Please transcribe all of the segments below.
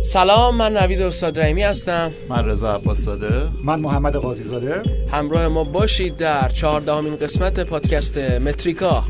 سلام، من نوید استاد رحیمی هستم. من رضا عباس زاده. من محمد قاضی زاده. همراه ما باشید در 14مین قسمت پادکست متریکا.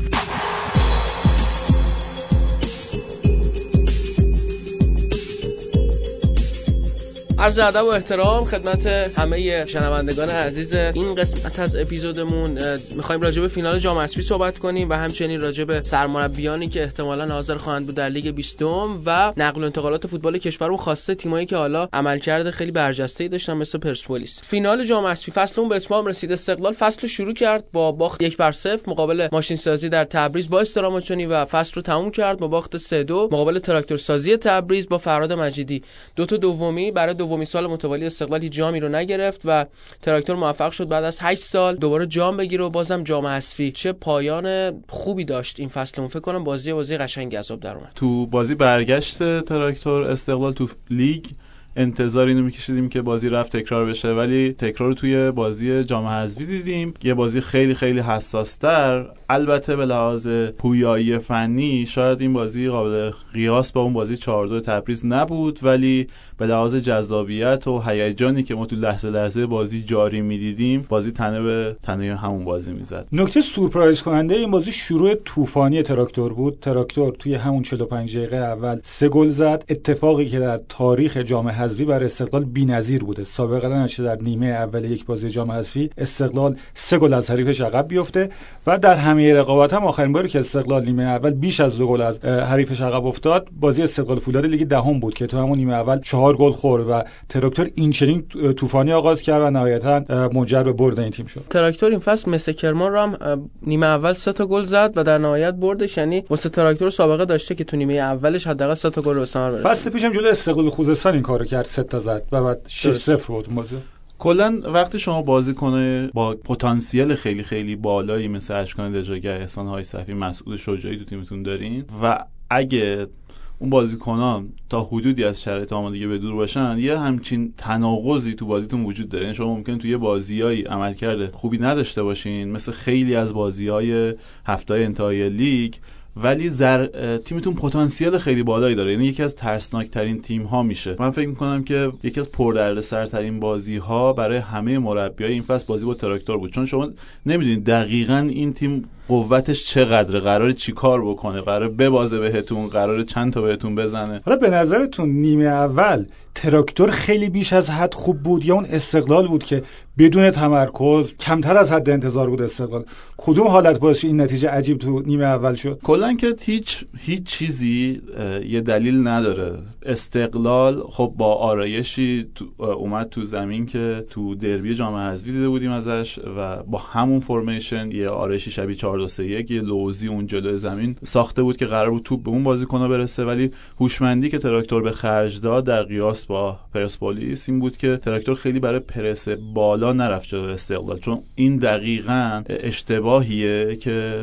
عرض ادب و احترام خدمت همه شنوندگان عزیز این قسمت از اپیزودمون. می‌خوایم راجع به فینال جام حذفی صحبت کنیم و همچنین راجع به سرمربیانی که احتمالاً حاضر خواهند بود در لیگ 20 و نقل و انتقالات فوتبال کشورمون، خواسته تیمایی که حالا عملکرد خیلی برجسته‌ای داشتن مثل پرسپولیس. فینال جام حذفی فصل اون به اتمام رسید. استقلال فصل رو شروع کرد با باخت 1-0 مقابل ماشین سازی در تبریز با استراماچونی و فصل رو تموم کرد با باخت 3-2 مقابل تراکتور سازی تبریز با فراد مجیدی. دو تا دومی برای دومین سال متوالی استقلال هیچ جامی رو نگرفت و تراکتور موفق شد بعد از 8 سال دوباره جام بگیره و بازم جام حذفی. چه پایان خوبی داشت این فصل. فکر کنم بازی قشنگی عذاب در اومد. تو بازی برگشت تراکتور استقلال تو لیگ انتظار اینو میکشیدیم که بازی رفت تکرار بشه، ولی تکرار رو توی بازی جام حذفی دیدیم. یه بازی خیلی خیلی حساس‌تر. البته به لحاظ پویایی فنی شاید این بازی قابل قیاس با اون بازی 4-2 تبریز نبود، ولی به لحاظ جذابیت و هیجانی که ما تو لحظه بازی جاری میدیدیم بازی تنه به تنه همون بازی میزد. نکته سورپرایز کننده این بازی شروع طوفانی تراکتور بود. تراکتور توی همون 45 دقیقه اول 3 گل زد، اتفاقی که در تاریخ جام حذفی برای استقلال بی‌نظیر بوده. سابقا نشده در نیمه اول یک بازی جام حذفی استقلال 3 گل از حریفش عقب بیفته و در همه رقابت هم آخرین باری که استقلال نیمه اول بیش از 2 گل از حریفش عقب افتاد بازی استقلال فولاد لیگ دهم بود که تو همون نیمه اول 4 گل خورد و تراکتور این چنین طوفانی آغاز کرد و نهایتا منجر به برد این تیم شد. تراکتور این فصل مثل کرمان رو هم نیمه اول 3 تا گل زد و در نهایت بردش. یعنی واسه تراکتور سابقه داشته که تو نیمه اولش حداقل 3 تا گل به ثمر برسونه. فصل پیشم جلوی استقلال خوزستان این کارو کرد، 3 تا زد و بعد 6-0 بود بازی. کلا وقتی شما بازیکن با پتانسیل خیلی خیلی بالایی مثل اشکان دژاگر، احسان های صفی، مسعود شجاعی تو تیمتون دارین و اگه اون بازیکنان تا حدودی از شرایط آمادگی به دور باشن، یه همچین تناقضی تو بازیتون وجود داره. یعنی شما ممکنه توی بازیایی عملکرد خوبی نداشته باشین مثل خیلی از بازی‌های هفته‌های انتهای لیگ، ولی تیمتون پتانسیل خیلی بالایی داره. یعنی یکی از ترسناکترین تیم‌ها میشه. من فکر می‌کنم که یکی از پردردسرترین بازی‌ها برای همه مربیای این فصل بازی با تراکتور بود، چون شما نمیدونید دقیقاً این تیم قوتش چقدره، قراره چیکار بکنه، قراره ببازه بهتون، قراره چند تا بهتون بزنه. حالا به نظرتون نیمه اول تراکتور خیلی بیش از حد خوب بود یا اون استقلال بود که بدون تمرکز کمتر از حد انتظار بود استقلال؟ کدوم حالت باعث این نتیجه عجیب تو نیمه اول شد؟ کلا که هیچ چیزی یه دلیل نداره. استقلال خب با آرایشی اومد تو زمین که تو دربی جام حذفی دیده بودیم ازش و با همون فرمیشن یه آرایشی شبیه 4-2-3-1 یه لوزی اون جلوی زمین ساخته بود که قرار بود توپ به اون بازیکن‌ها برسه، ولی هوشمندی که تراکتور به خرج داد در قیاس با پرسپولیس این بود که تراکتور خیلی برای پرس بالا نرفت جلوی استقلال، چون این دقیقاً اشتباهیه که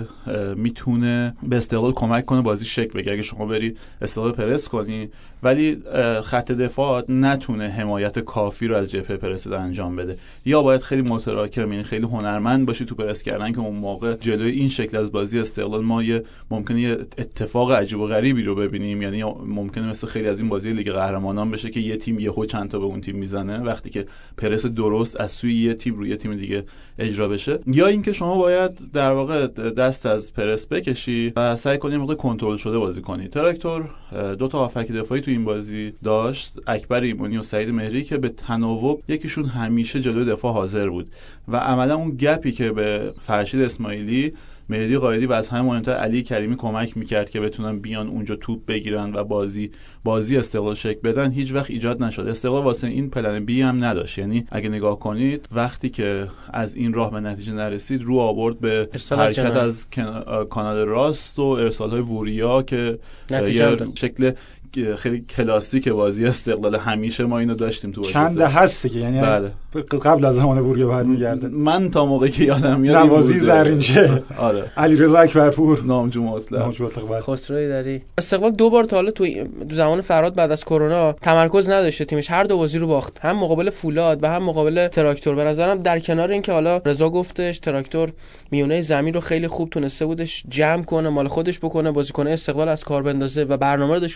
میتونه به استقلال کمک کنه بازی شکل بگیره. اگه شما بری استقلال پرس کنی ولی خط دفاع نتونه حمایت کافی رو از جبهه پرس انجام بده، یا باید خیلی متراکم، یعنی خیلی هنرمند باشی تو پرس کردن که اون موقع جلوی این شکل از بازی استقلال ما ممکنه یه اتفاق عجیب و غریبی رو ببینیم. یعنی ممکنه مثل خیلی از این بازی لیگ قهرمانان بشه که یه تیم یهو چند تا به اون تیم میزنه وقتی که پرس درست از سوی یه تیم روی یه تیم دیگه اجرا بشه، یا اینکه شما باید در واقع دست از پرس بکشی و سعی کنی موقع کنترل شده بازی کنی. تراکتور 2 تا هافک دفاعی تو این بازی داشت، اکبر ایمانی و سعید مهری، که به تناوب یکیشون همیشه جلوی دفاع حاضر بود و عملا اون گپی که به فرشید اسماعیلی، مهدی قائدی و از همه مهمتر علی کریمی کمک میکرد که بتونن بیان اونجا توپ بگیرن و بازی استقلال شکل بدن، هیچ وقت ایجاد نشد. استقلال واسه این پلن بی هم نداشت. یعنی اگه نگاه کنید وقتی که از این راه به نتیجه نرسید رو آورد به حرکت از کانال راست و ارسال‌های وریا که یه شکل خیلی کلاسیک بازی استقلال همیشه ما اینو داشتیم تو بازی. چند هستی که یعنی بله. قبل از زمان وریا برمیگرده. من تا موقعی که یادم میاد نوازی زرینچه، آره، علیرضا اکبرپور، نامجو مطلق، خسروی دری. استقلال 2 بار تا حالا تو زمان فراد بعد از کرونا تمرکز نداشته تیمش، هر دو بازی رو باخت، هم مقابل فولاد و هم مقابل تراکتور. به نظرم در کنار این که حالا رضا گفتش تراکتور میونه زمین رو خیلی خوب تونسته بودش جمع کنه، مال خودش بکنه، بازیکن استقلال از کار بندازه و برنامه رو داشت رو زده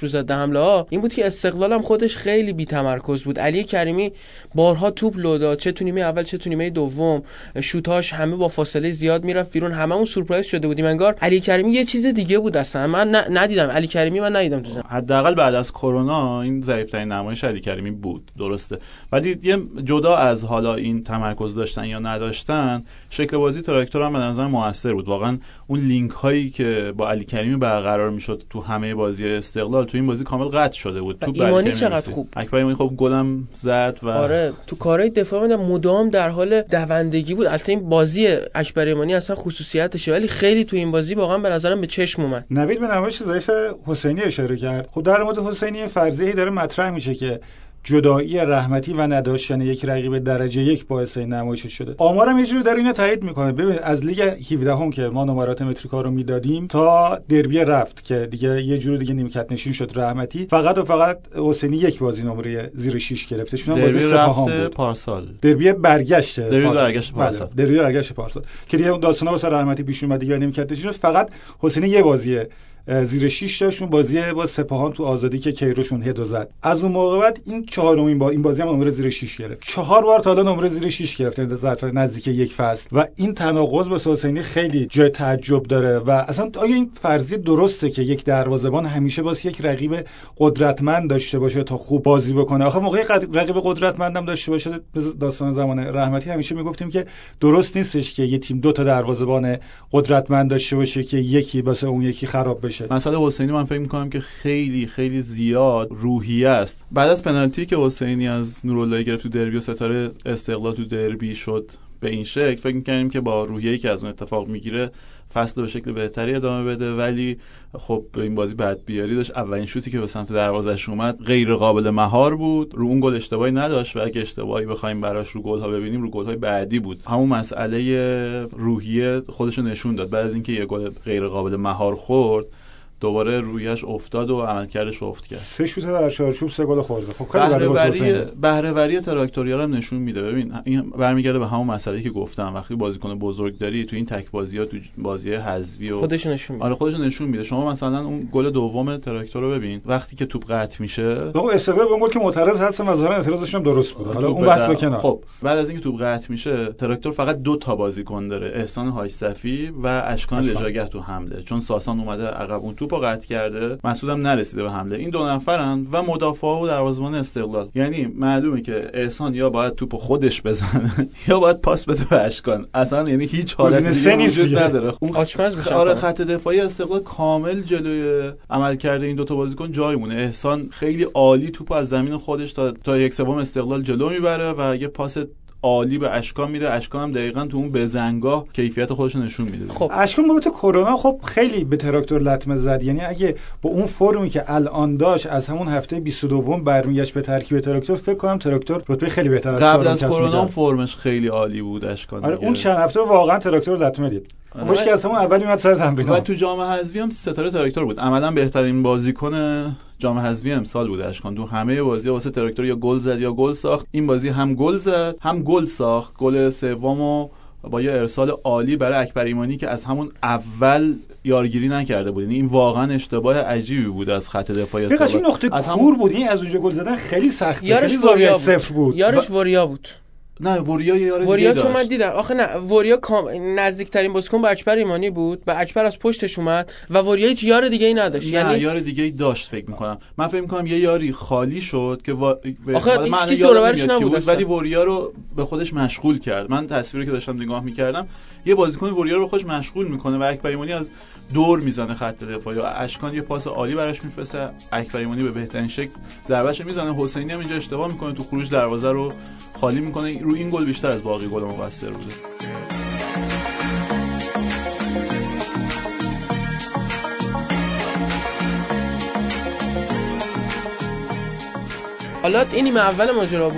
حمله ها این بود که استقلال هم خودش خیلی بی تمرکز بود. علی کریمی بارها توپ لو داد، چه تو نیمه اول چه تو نیمه دوم، شوتاش همه با فاصله زیاد میرفت بیرون. هممون سورپرایز شده بودیم انگار علی کریمی یه چیز دیگه بود. اصلا من ندیدم علی کریمی، من ندیدم تو زمین. حداقل بعد از کرونا این ضعیف‌ترین نمایش علی کریمی بود، درسته، ولی یه جدا از حالا این تمرکز داشتن یا نداشتن، شکل بازی تراکتور هم به نظر موثر بود. واقعا اون لینک هایی که با علی کریمی برقرار میشد تو همه بازی استقلال تو این بازی کامل قطع شده بود. تو ایمانی چقدر خوب، اکبر ایمانی خب گلم زد و آره تو کارهای دفاع مدام در حال دوندگی بود. البته این بازی اکبر ایمانی اصلا خصوصیتشه، ولی خیلی تو این بازی واقعا به نظرم به چشم اومد. نوید به نمایش ضعیف حسینی اشاره کرد. خب در مورد حسینی فرضیه‌ای داره مطرح میشه که جدایی رحمتی و نداشتن یک رقیب درجه یک باعث این نمایش شده. آمارم یه جوری در اینو تایید میکنه. ببین از لیگ 17 هم که ما نمرات متریکا رو میدادیم تا دربی رفت که دیگه یه جوری دیگه نیمکت نشین شد رحمتی، فقط و فقط حسینی یک بازی نمره زیر 6 گرفته. شون بازی سپاهان بود پارسال. دربی برگشت پارسال. دربی برگشت پارسال که دیگه داستانا واسه رحمتی پیش اومد دیگه نیمکت نشین. فقط حسینی یه بازی زیر 6 داشتون، بازی با سپاهان تو آزادی که کیروشون هدو زد. از اون موقع بعد این چهارمین با این بازی هم نمره زیر 6 گرفت. 4 بار تا الان نمره زیر 6 گرفته در ظرف نزدیک یک فصل و این تناقض با حسینی خیلی جای تعجب داره. و اصلا آیا این فرضیه درسته که یک دروازه‌بان همیشه واسه یک رقیب قدرتمند داشته باشه تا خوب بازی بکنه؟ آخه موقعی رقیب قدرتمندم داشته باشه، داستان زمان رحمتی همیشه میگفتیم که درست نیستش که یه تیم دو تا دروازه‌بان قدرتمند داشته باشه که یکی واسه اون یکی خراب بشه. مسئله حسینی من فکر می‌کنم که خیلی خیلی زیاد روحیه است. بعد از پنالتی که حسینی از نوراللهی گرفت تو دربی و ستاره استقلال تو دربی شد به این شکل، فکر می‌کنیم که با روحیه‌ای که از اون اتفاق میگیره فصل به شکل بهتری ادامه بده، ولی خب این بازی بعد بیاری داشت. اولین شوتی که به سمت دروازه‌اش اومد غیر قابل مهار بود، رو اون گل اشتباهی نداشت و اگه اشتباهی بخوایم براش رو گل‌ها ببینیم رو گل‌های بعدی بود. همون مسئله روحیه خودش رو نشون داد. بعد از اینکه یه گل غیر قابل مهار خورد دوباره رویش افتاد و عملکردش افت کرد. 3 شوت در چارچوب 3 گل خورده. خب خیلی بهره‌وری تراکتوریال هم نشون میده. ببین این برمیگرده به همون مسئله‌ای که گفتم، وقتی بازیکن بزرگ داری تو این تک بازی‌ها تو بازی حذفی و خودش نشون میده. آره خودش نشون میده. شما مثلا اون گل دوم تراکتور رو ببین، وقتی که توپ قطع میشه، خب استقلال به اون گل که معترض هستن و ظاهرا اعتراضشون هم درست بود. حالا اون بحث بکنار. خب بعد از اینکه توپ قطع میشه تراکتور فقط 2 تا بازیکن داره، احسان حاج‌صفی و اشکان لژاگه تو حمله، چون ساسان اومده عقب اون توپو قطع کرده، مسعودم نرسیده به حمله. این 2 نفرن و مدافع و دروازه‌بان استقلال. یعنی معلومه که احسان یا باید توپو خودش بزنه یا باید پاس بده به اشکان. اصلا یعنی هیچ حالتی وجود نداره. اون آچمز میشه. آره خط دفاعی استقلال کامل جلوی عملکرد این 2 تا بازیکن جای مونه. احسان خیلی عالی توپو از زمین خودش تا 1/3 استقلال جلو میبره و یه پاس عالی به اشکان میده. اشکان هم دقیقاً تو اون بزنگاه کیفیت خودش نشون میده. خب اشکان بابت کرونا خب خیلی به تراکتور لطمه زد. یعنی اگه با اون فرمی که الان داشت از همون هفته 22 برمیگشت به ترکیب تراکتور، فکر کنم تراکتور رتبه خیلی بهتر از قبل از کرونا فرمش خیلی عالی بود اشکان. آره اون چند هفته واقعا تراکتور لطمه دید. مشکل از همون اولی اومد سر تمرین و تو جام حذفی هم ستاره تراکتور بود. عملاً بهترین بازیکن جام حذفی امسال بود اشکان. تو همه بازی‌ها واسه تراکتور یا گل زد یا گل ساخت. این بازی هم گل زد هم گل ساخت. گل سومو با یه ارسال عالی برای اکبر ایمانی که از همون اول یارگیری نکرده بود. یعنی این واقعا اشتباه عجیبی بود از خط دفاعی استقلال. این نقطه کور بود. این از اونجا گل زدن خیلی سخته. خیلی زاویه صفر بود. یارش وریا بود. نه وریا یه یار وریا چون من دیدم آخه نه وریا نزدیکترین بازیکن به اکبر ایمانی بود. به اکبر از پشتش اومد و وریا هیچ یار دیگه ای نداشت. یعنی یار دیگه ای داشت فکر می‌کنم. من فکر می‌کنم یه یاری خالی شد که آخه هیچ کس دور و برش نبود، ولی وریا رو به خودش مشغول کرد. من تصویری که داشتم نگاه می‌کردم یه بازیکن وریا رو به خودش مشغول می‌کنه و اکبر ایمانی از دور میزنه خط دفاعی و اشکان یه پاس عالی براش میفرسته. اکبر ایمانی به بهترین شکل ضربهش میزنه. حسینی هم اینجا اشتباه می‌کنه، تو خروج دروازه رو خالی می‌کنه. رو این گل بیشتر از باقی گل مقصر بوده. حالا این نیمه اول ماجرا بود.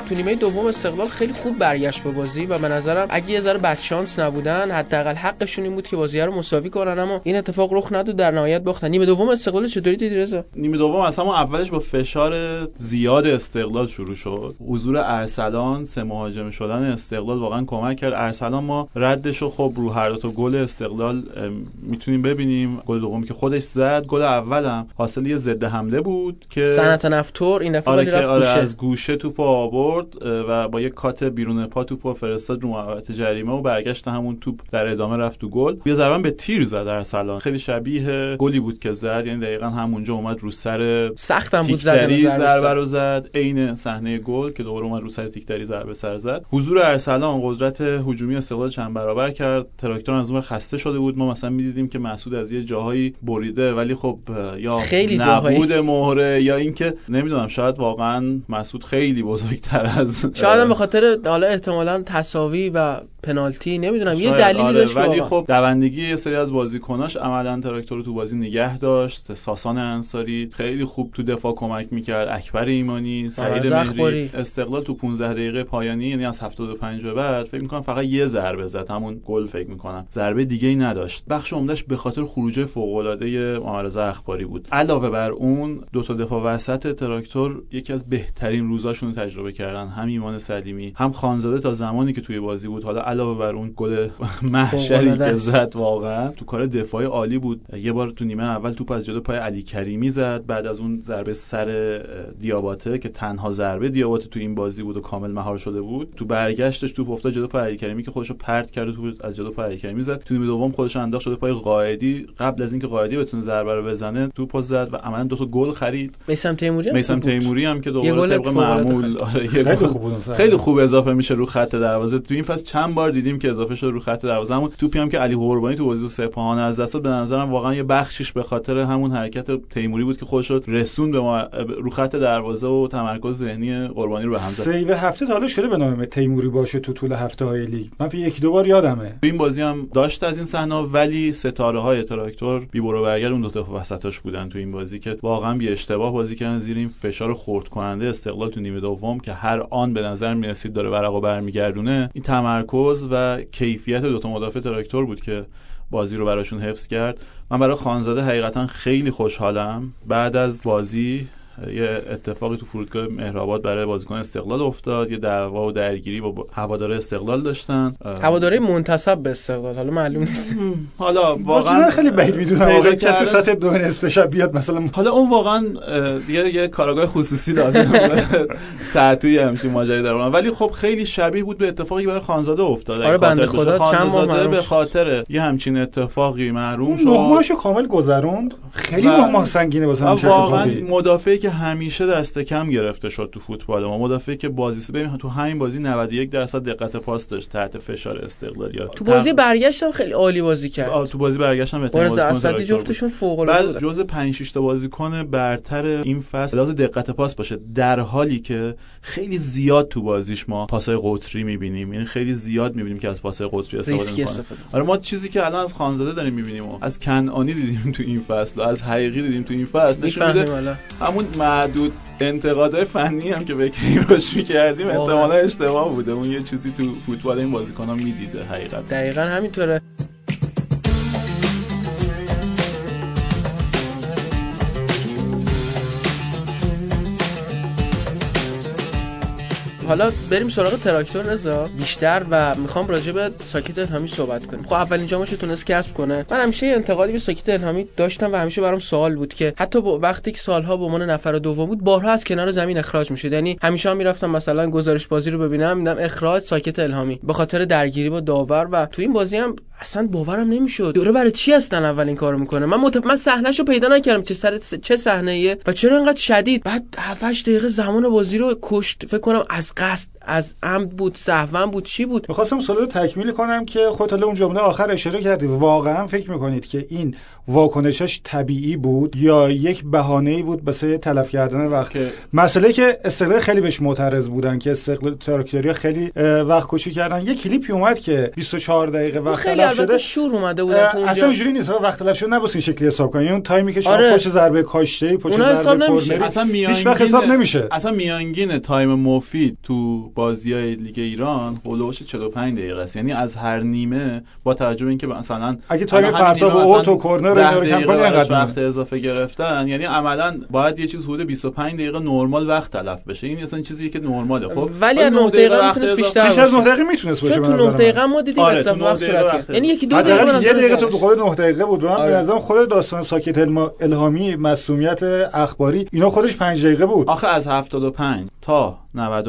تو نیمه دوم استقلال خیلی خوب برگشت به بازی و به نظرم اگه یه ذره بدشانس نبودن حداقل حقشون این بود که بازی رو مساوی کنن، اما این اتفاق رخ نداد، در نهایت باختن. نیمه دوم استقلال چطوری دیدی رضا؟ نیمه دوم اصلا اولش با فشار زیاد استقلال شروع شد. حضور ارسلان، 3 مهاجم شدن استقلال واقعا کمک کرد. ارسلان ما ردشو خب رو هر دو تا گل استقلال میتونیم ببینیم. گل دومی که خودش زد، گل اولم حاصل یه ضد حمله بود که صنعت نفتور این دفعه ولی رفت گوشه. از گوشه توپو آورد و با یه کات بیرون پا توپو فرستاد رو محوطه جریمه و برگشت همون توپ در ادامه رفت تو گل. یه ضربه به تیر زد ارسلان، خیلی شبیه گلی بود که زد، یعنی دقیقاً همونجا اومد رو سر سختم بود ضربه رو زد، عین صحنه گل که دوباره اومد رو سر تیکدری ضربه سر زد. حضور ارسلان قدرت هجومی استقلال چند برابر کرد. تراکتور از اون خسته شده بود، ما مثلا می‌دیدیم که مسعود از یه جاهایی بریده ولی خب یا نبود مهره یا اینکه نمیدونم شاید واقعا مسعود خیلی بزرگتر از شاید به خاطر حالا احتمالاً تساوی و پنالتی نمیدونم یه دلیلی داشت، ولی خب دوندگی یه سری از بازیکناش عملاً تراکتور رو تو بازی نگه داشت. ساسان انصاری خیلی خوب تو دفاع کمک میکرد، اکبر ایمانی، سعید مهری. استقلال تو 15 دقیقه پایانی یعنی از 75 به بعد فکر می‌کنم فقط یه ضربه زد، همون گل فکر می‌کنم، ضربه دیگه‌ای نداشت. بخش عمدهش به خاطر خروج فوق‌العاده محمد اخباری بود. علاوه بر اون دو تا دفاع وسط تراکتور یکی از بهترین روزاشون رو تجربه کردن، هم ایمان سلیمی هم خانزاده تا زمانی که توی بازی بود. حالا علاوه بر اون گل محشری که زد واقعا تو کار دفاعی عالی بود. یه بار تو نیمه اول توپ از جلو پای علی کریمی زد، بعد از اون ضربه سر دیاباته که تنها ضربه دیاباته تو این بازی بود و کامل مهار شده بود، تو برگشتش توپ افتاد جلو پای علی کریمی که خودشو پرت کرد و توپ از جلو پای علی کریمی زد. تو نیمه دوم خودش انداخت شده پای قائدی، قبل از اینکه قائدی بتونه ضربه رو بزنه توپو زد و عملاً دو تا گل خرید. میثم تیموری هم که دوباره طبق معمول خیلی خوب اضافه میشه رو خط دروازه. تو این فصل چند بار دیدیم که اضافه شده رو خط دروازه. همون توپی هم که علی قربانی تو بازی سپاهان از دست داد به نظرم واقعا یه بخشش به خاطر همون حرکت تیموری بود که خودش رو رسون به رو خط دروازه و تمرکز ذهنی قربانی رو به هم زد. سیو هفته تا حالا شده به نام تیموری باشه تو طول هفته‌های لیگ. من فکر یکی دو بار یادمه. تو این بازی هم داشت از این صحنه، ولی ستاره‌های تراکتور بی برو برگرد اون دو تا وسطاش بودن تو این بازی که واقعا بی اشتباه بازی کردن زیر این فشار خرد کننده استقلال تو نیمه دوم که هر آن به نظر می‌رسید داره ورقو برمیگردونه. این تمرکز و کیفیت دو تا مدافع تراکتور بود که بازی رو براشون حفظ کرد. من برای خانزاده حقیقتا خیلی خوشحالم. بعد از بازی یه اتفاقی تو فرودگاه مهرآباد برای بازیکن استقلال افتاد، یه دعوا و درگیری با هوادار استقلال داشتن، هواداری منتسب به استقلال، حالا معلوم نیست. حالا واقعا خیلی بعید میدونم واقعا کسی ساعت 2 نصف شب بیاد مثلا، حالا اون واقعا یه کارگاه خصوصی لازمه تعطیی همچین ماجرایی در اون، ولی خب خیلی شبیه بود به اتفاقی برای خانزاده افتاد. آره بنده خدا چند ماه به خاطر یه همچین اتفاقی محروم شد. ماهاشو کامل گذروند. خیلی ماه سنگینه واسه همین واقعا مدافعی که همیشه دست کم گرفته شد تو فوتبال ما، مدافعی که بازی ببین تو همین بازی 91% دقت پاس داشت تحت فشار استقلالیات. تو بازی برگشتم خیلی عالی بازی کرد. تو بازی برگشتم اعتماد اسدی جفتشون فوق العاده بود. جزء 5-6 تا بازیکن برتر این فصل لازم دقت پاس باشه، در حالی که خیلی زیاد تو بازیش ما پاسای قطری می‌بینیم. یعنی خیلی زیاد می‌بینیم که از پاسای قطری استفاده می‌کنه. آره ما چیزی که الان از خانزاده داریم می‌بینیم و از کنعانی دیدیم تو این فصل و از حقیقی دیدیم تو این فصل، نشون میده همون معدود انتقادهای فنی هم که به کیروش می‌کردیم احتمالاً اشتباه بوده. اون یه چیزی تو فوتبال این بازیکن‌ها می‌دیده. حقیقتا دقیقاً همینطوره. حالا بریم سراغ تراکتور رضا بیشتر و میخوام راجع به ساکت الهامی صحبت کنیم. خب اولین جامش تونست کسب کنه. من همیشه انتقادی به ساکت الهامی داشتم و همیشه برام سوال بود که حتی وقتی که سالها به عنوان نفر دوم بود بارها از کنار زمین اخراج میشد. یعنی همیشه میرفتم مثلا گزارش بازی رو ببینم میدم اخراج ساکت الهامی به خاطر درگیری با داور و تو این بازی هم اصلا باورم نمیشد. دوره برای چی هستن اول این کارو میکنه؟ من صحنهشو پیدا نکردم چه صحنه‌ایه و چرا انقدر شدید. بعد 7-8 دقیقه زمان بازی رو کشت. فکر کنم از قصد، از عمد بود، سهوا بود، چی بود؟ می‌خواستم سوالو تکمیل کنم که خودت حالا اون جمله آخر اشاره کردی. واقعا فکر می‌کنید که این واکنشش طبیعی بود یا یک بهانه‌ای بود واسه تلف کردن وقت؟ مسئله که استقلال خیلی بهش معترض بودن که استقلال تراکتوریا خیلی وقت کشی کردن. یه کلیپی اومد که 24 دقیقه وقت خیلی شده شور اومده بودن تو اونجا. اصلا اینجوری نیست، وقت تلف شده نباید این شکلی حساب کنی. اون تایمی که شما پشت ضربه کاشته‌ای پشت ضربه کرنری اصلا هیچ وقت حساب نمیشه. اصلا میانگین تایم مفید تو بازی‌های لیگ ایران هولوش 45 دقیقه است. یعنی از هر نیمه با توجه به اینکه مثلا اگه تایم پرتاب و اوت و کرنر رو کم کنی انقدر وقت اضافه گرفتن، یعنی عملاً باید یه چیز حدود 25 دقیقه نرمال وقت تلف بشه. این اصلا چیزی که نرماله. خب ولی از 9 دقیقه میتونه بیشتر بیش از 9 دقیقه میتونست باشه. تو 9 دقیقه ما دیدیم اطلاف وقت صورت، یعنی یکی دو دقیقه یه دقیقه تو خود 9 دقیقه بود. من به نظرم خود داستان ساکت الهامی، معصومیت اخباری، اینا خودش 5 دقیقه بود. آخه از 75 تا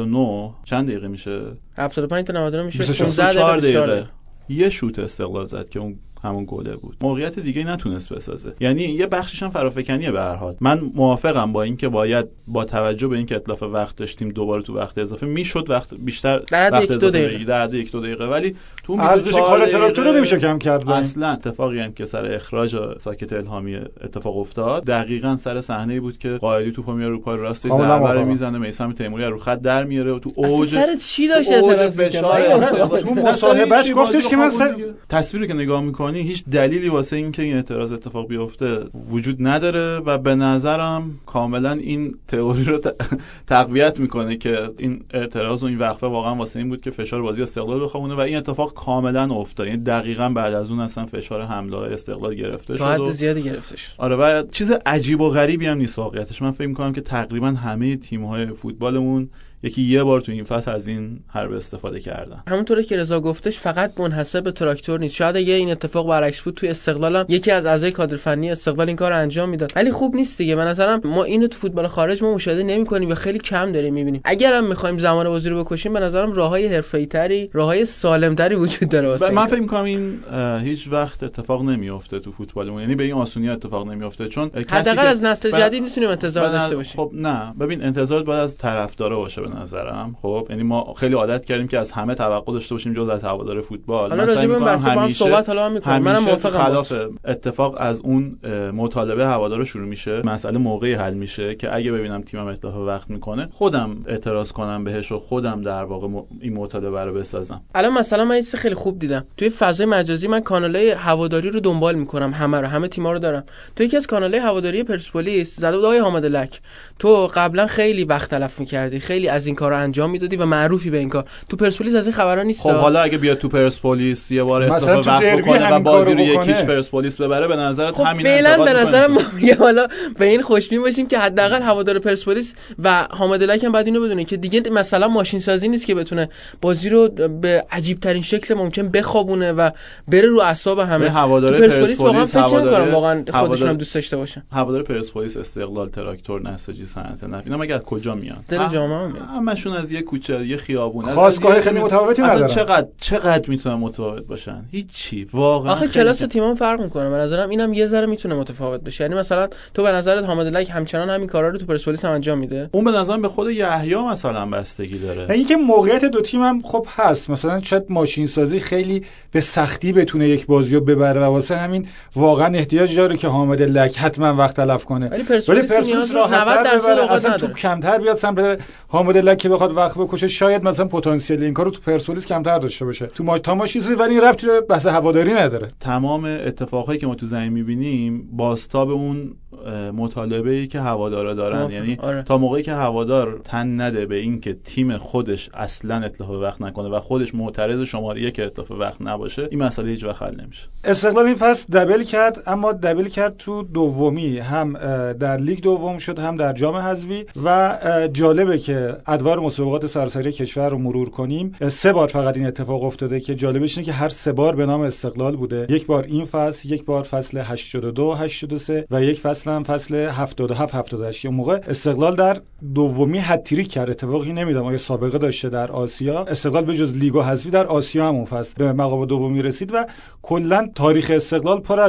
99 چند دقیقه میشه؟ 75 تا 99 میشه 15 دقیقه. یه شوت استقلال زد که اون همون گله بود. موقعیت دیگه نتونست بسازه. یعنی یه بخشش هم فرافکنیه به هر حال. من موافقم با اینکه باید با توجه به اینکه اتلاف وقت داشتیم دوباره تو وقت اضافه میشد وقت بیشتر وقت اضافه بگیری در 1-2 دقیقه، ولی تو ارزش کار تراکتور رو نمیشه کم کرد. اصلا اتفاقی هم که سر اخراج ساکت الهامی اتفاق افتاد دقیقاً سر صحنه‌ای بود که قائدی توپو میاره رو پای راستش ضربه میزنه، میثم تیموری رو خط در میاره و تو اوج سر چی داشت اعتراض می‌کرد؟ تو مصاحبهش گفتش که من تصویری که نگاه می‌کنی هیچ دلیلی واسه اینکه این اعتراض اتفاق بیفته وجود نداره و به نظرم کاملا این تئوری رو تقویت میکنه که این اعتراض و این وقفه واقعا واسه این بود که فشار بازی استقلال بخوونه و این اتفاق کاملا افتاد. یعنی دقیقاً بعد از اون اصلا فشار حمله استقلال گرفته شد، حد زیادی گرفته شد. آره و چیز عجیب و غریبی هم نیست واقعیتش. من فکر میکنم که تقریبا همه تیم‌های فوتبالمون یکی یه بار تو این فصل از این حرب استفاده کردن. همونطوری که رضا گفتش فقط منحصر به تراکتور نیست. شاید اگه این اتفاق برعکس بود توی استقلال هم یکی از اعضای کادر فنی استقلال این کارو انجام میداد، ولی خوب نیست دیگه. به نظرم ما اینو تو فوتبال خارج ما مشاهده نمی‌کنیم و خیلی کم داریم می‌بینیم. اگر هم می‌خوایم زمان بازی رو بکشیم به نظرم راههای حرفه‌ای‌تری، راههای سالم‌تری وجود داره واسه من فکر می‌کنم این هیچ وقت اتفاق نمی‌افته تو فوتبالمون، یعنی به این آسونی اتفاق نمی‌افته، چون حداقل از نسل جدید می‌تونیم انتظار داشته باشیم. خب نه ببین انتظار باید از طرفدارا باشه به نظرم. خب یعنی ما خیلی عادت کردیم که از همه توقع داشته باشیم جز از هوادار فوتبال. حالا راجع به این بحث با هم صحبت حالا می‌کنیم. منم موافقم. خلاف اتفاق از اون مطالبه هوادارا شروع میشه، مسئله موقعی حل میشه که اگه ببینم تیمم اتلاف وقت میکنه خودم اعتراض کنم بهش و خودم در واقع این مطالبه رو بسازم. الان مثلا من یه چیز خیلی خوب دیدم توی فضای مجازی. من کانالای هواداری رو دنبال میکنم، همه تیم‌ها رو دارم. تو یکی از کانالای هواداری پرسپولیس زده بود آقای حامد لک تو قبلا خیلی وقت تلف می‌کردی، خیلی از این کارا انجام میدادی و معروفی به این کار. تو پرسپولیس از این خبرا نیست. خب حالا اگه بیاد تو پرسپولیس یه بار اتفاق وقت بکنه و بازی رو یکیش پرسپولیس ببره به نظرت خب همین فعلا به نظرم حالا به این خوشبین باشیم که حداقل هوادار پرسپولیس و حامد لک هم باید اینو بدونه که دیگه مثلا ماشین سازی نیست که بتونه بازی رو به عجیب ترین شکل ممکن بخوابونه و بره رو اعصاب همه. هوادار پرسپولیس واقعا خودشون هم دوست داشته باشن. هوادار پرسپولیس، استقلال، تراکتور، نساجی، صنعت نفت اینا مگه از کجا میان؟ دل جامعه همشون از یه کوچه، یه خیابون، خاصگاه خیلی متفاوتی ندارن. چقدر میتونن متفاوت باشن؟ هیچی واقعا. آخه کلاس تیم‌ها فرق میکنه. به نظرم اینم یه ذره میتونه متفاوت بشه. یعنی مثلا تو به نظرت حامد لک همچنان همین کارا رو تو پرسپولیس هم انجام میده؟ اون به نظرم به خود یحیی مثلا بستگی داره. اینکه موقعیت دو تیم هم خب هست. مثلا شاید ماشین سازی خیلی به سختی بتونه یک بازی رو ببره و واسه همین واقعا احتیاج داره که حامد لک حتما وقت تلف کنه. ولی پرسپولیس 90% اوقات اصلا توپ کمتر بیاد سمت حامد لک که بخواد وقت بکشه. شاید مثلا پتانسیل این کارو تو پرسپولیس کمتر داشته باشه. تو تماشی چیزی ولی این ربطی به بحث هواداری نداره. تمام اتفاقایی که ما تو زمین می‌بینیم بازتاب اون مطالبه‌ای که هوادارا دارن. یعنی تا موقعی که هوادار تن نده به این که تیم خودش اصلا اتلاف وقت نکنه و خودش معترض شماره 1 اتلاف وقت نباشه این مسئله هیچ وقت حل نمیشه. استقلال این فصل دبل کرد، اما دبل کرد تو دومی، هم در لیگ دوم شد هم در جام حذفی و جالبه که ادوار مسابقات سراسری کشور رو مرور کنیم 3 بار فقط این اتفاق افتاده که جالبش اینه که هر 3 بار به نام استقلال بوده. یک بار این فصل، یک بار فصل 82 83 و یک فصل هم فصل 77 78 که اون موقع استقلال در دومی هتریک کرد. اتفاقی نمیدونم آیا سابقه داشته در آسیا. استقلال به جز لیگ و حذفی در آسیا هم اون فصل به مقام دومی رسید و کلا تاریخ استقلال پر از این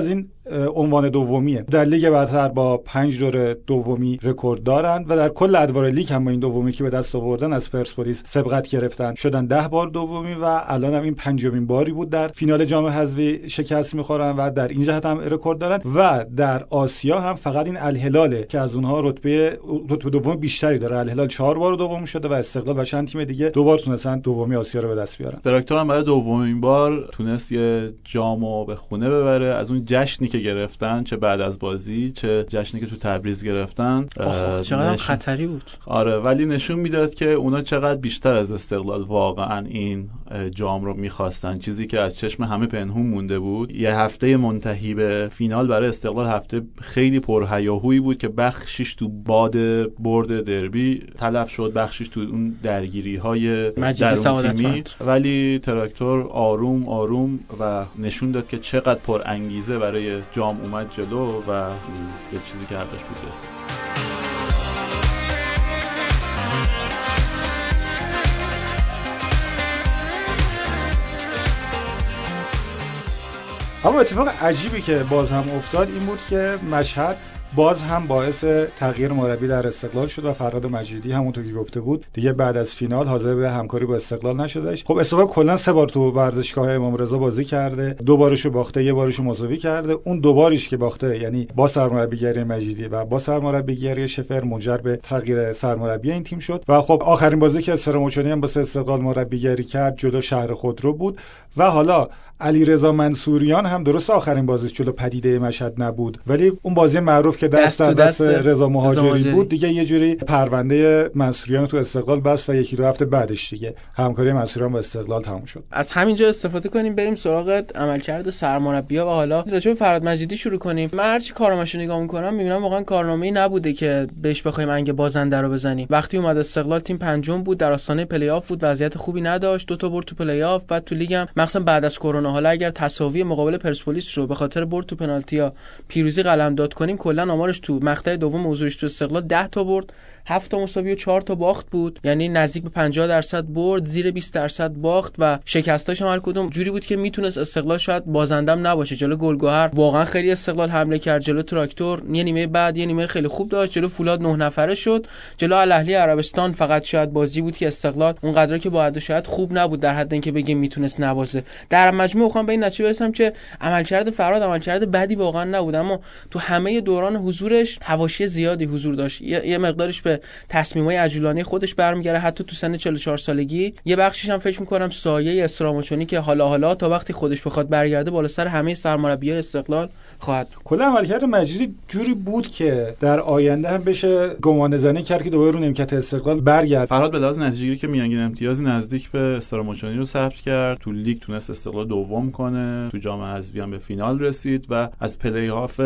عنوان دومیه. در لیگ برتر با 5 دور دومی رکورد دارن و در کل ادوار لیگ هم با این دومی که به دست آوردن از پرسپولیس سبقت گرفتن، شدن 10 بار دومی و الان هم این 5مین باری بود در فینال جام حذفی شکست می‌خورن و در این جهت هم رکورد دارن. و در آسیا هم فقط این الهلاله که از اونها رتبه دوم بیشتری داره. الهلال 4 بار دوم شده و استقلال و چند تیم دیگه 2 بار تونستن دومی آسیا رو به دست بیارن. تراکتور هم برای دومین بار تونست یه جامو به خونه ببره. از اون جشنی که گرفتن، چه بعد از بازی چه جشنی که تو تبریز گرفتن، چقدر خطری بود. آره، ولی نشون میداد که اونا چقدر بیشتر از استقلال واقعا این جام رو میخواستن، چیزی که از چشم همه پنهون مونده بود. یه هفته منتهی به فینال برای استقلال هفته خیلی پرهیاهویی بود که بخشش تو باد برد دربی تلف شد، بخشش تو اون درگیری‌های درون تیمی، ولی تراکتور آروم آروم و نشون داد که چقدر پر انگیزه برای جام اومد جلو و یه چیزی که حقش بود رسید. اما اتفاق عجیبی که باز هم افتاد این بود که مشهد باز هم باعث تغییر مربی در استقلال شد و فرهاد مجیدی همونطور که گفته بود دیگه بعد از فینال حاضر به همکاری با استقلال نشدش. خب استقلال کلا 3 بار تو ورزشگاه امام رضا بازی کرده، 2 بارشو باخته، 1 بارشو مساوی کرده. اون 2 باریش که باخته، یعنی با سرمربیگری مجیدی و با سرمربیگری شفر، منجر به تغییر سرمربی این تیم شد. و خب آخرین بازی که استراموچانی هم واسه استقلال مربیگری کرد جلو شهر خودرو بود و حالا علیرضا منصوریان هم درست آخرین بازیش جلو پدیده مشهد نبود، ولی اون بازی معروف که دست رضا مهاجری بود دیگه یه جوری پرونده منصوریان تو استقلال بس و 1-2 هفته بعدش دیگه همکاری منصوریان با استقلال تموم شد. از همینجا استفاده کنیم بریم سراغ عملکرد سرمربی‌ها و حالا راجع به فرهاد مجیدی شروع کنیم. من هرچی کارنامه‌شو نگاه می‌کنم می‌بینم واقعا کارنامه‌ای نبوده که بهش بخوایم انگ بازنده رو بزنیم. وقتی اومد استقلال تیم پنجم بود، در آستانه پلی‌آف بود، وضعیت خوبی نداشت، 2 تا برد تو پلی‌آف، بعد تو لیگ هم مثلا بعد از کرونا حالا اگر تساوی مقابل پرسپولیس رو به خاطر برد تو پنالتی‌ها پیروزی قلمداد کنیم، کلا آمارش تو مقطع دوم حضورش تو استقلال 10 تا برد، 7 تا مساوی و 4 تا باخت بود، یعنی نزدیک به 50% برد، زیر 20% باخت و شکستاش هم هر کدوم جوری بود که میتونست استقلال شاید بازندم نباشه. جلو گلگهر واقعا خیلی استقلال حمله کرد، جلو تراکتور یه نیمه بعد یه نیمه خیلی خوب داشت، جلو فولاد 9 نفره شد، جلو الاهلی عربستان فقط شاید بازی بود که استقلال اونقدر که باید شاید خوب نبود در حد اینکه بگیم میتونست نوازه. در مجموع میخوام به این نتیجه برسم که عملکرد فرهاد عملکرد بدی واقعا نبود، اما تو همه دوران حضورش حواشی زیادی حضور داشت. یه مقدارش به تصمیمای عجولانه خودش برمیگره، حتی تو سن 44 سالگی. یه بخشش هم فکر می‌کنم سایه استراموچانی که حالا تا وقتی خودش بخواد برگرده بالا سر همه سرمربیای استقلال خواهد. کلا عملکرد مجیدی جوری بود که در آینده هم بشه گمانه‌زنی کرد که دوباره رو نیمکت استقلال برگرد. فرهاد به لحاظ نتیجه‌گیری که میانگین امتیازی نزدیک به استراموچانی رو ثبت کرد، تو لیگ تونست استقلال دوم کنه، تو جام حذفی هم به فینال رسید و از پلی‌آف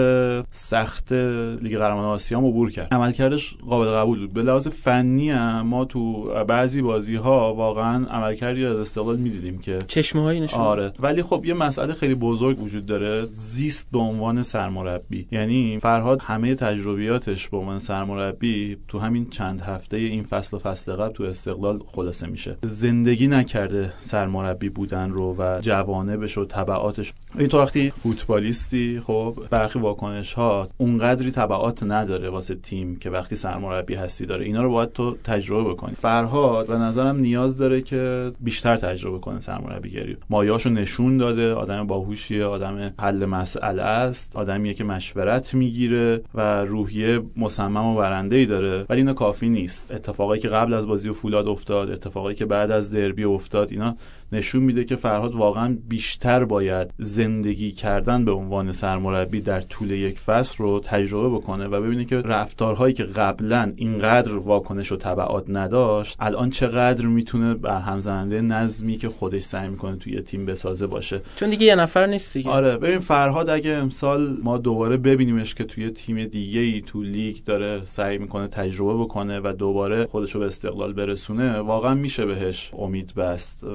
سخت لیگ قهرمانان آسیا عبور کرد. عملکردش قابل قبول بود. به لحاظ فنی هم ما تو بعضی بازی‌ها واقعا عملکردی از استقلال می‌دیدیم که چشمه‌هایی نشون. آره، ولی خب یه مسئله خیلی بزرگ وجود داره، زیست به عنوان سرمربی. یعنی فرهاد همه تجربیاتش به عنوان سرمربی تو همین چند هفته این فصل و فصل قبل تو استقلال خلاصه میشه. زندگی نکرده سرمربی بودن رو و جوانبش و تبعاتش. این تو وقتی فوتبالیستی خب برخی واکنش‌ها اونقدری تبعات نداره واسه تیم که وقتی سرمربی هستی داره. اینا رو باید تو تجربه بکنی. فرهاد به نظرم نیاز داره که بیشتر تجربه کنه سرمربیگری. مایه‌اشو نشون داده، آدم باهوشیه، آدم حل مسئله است، آدمیه که مشورت میگیره و روحیه مصمم و برنده‌ای داره، ولی اینا کافی نیست. اتفاقایی که قبل از بازی فولاد افتاد، اتفاقایی که بعد از دربی افتاد، اینا نشون میده که فرهاد واقعا بیشتر باید زندگی کردن به عنوان سرمربی در طول یک فصل رو تجربه بکنه و ببینه که رفتارهایی که قبلا اینقدر واکنش و تبعات نداشت الان چقدر میتونه برهم زننده نظمی که خودش سعی میکنه توی تیم بسازه باشه، چون دیگه یه نفر نیست دیگه. آره، ببین فرهاد اگه امسال ما دوباره ببینیمش که توی تیم دیگه‌ای تو لیگ داره سعی میکنه تجربه بکنه و دوباره خودشو به استقلال برسونه، واقعا میشه بهش امید بست. ولی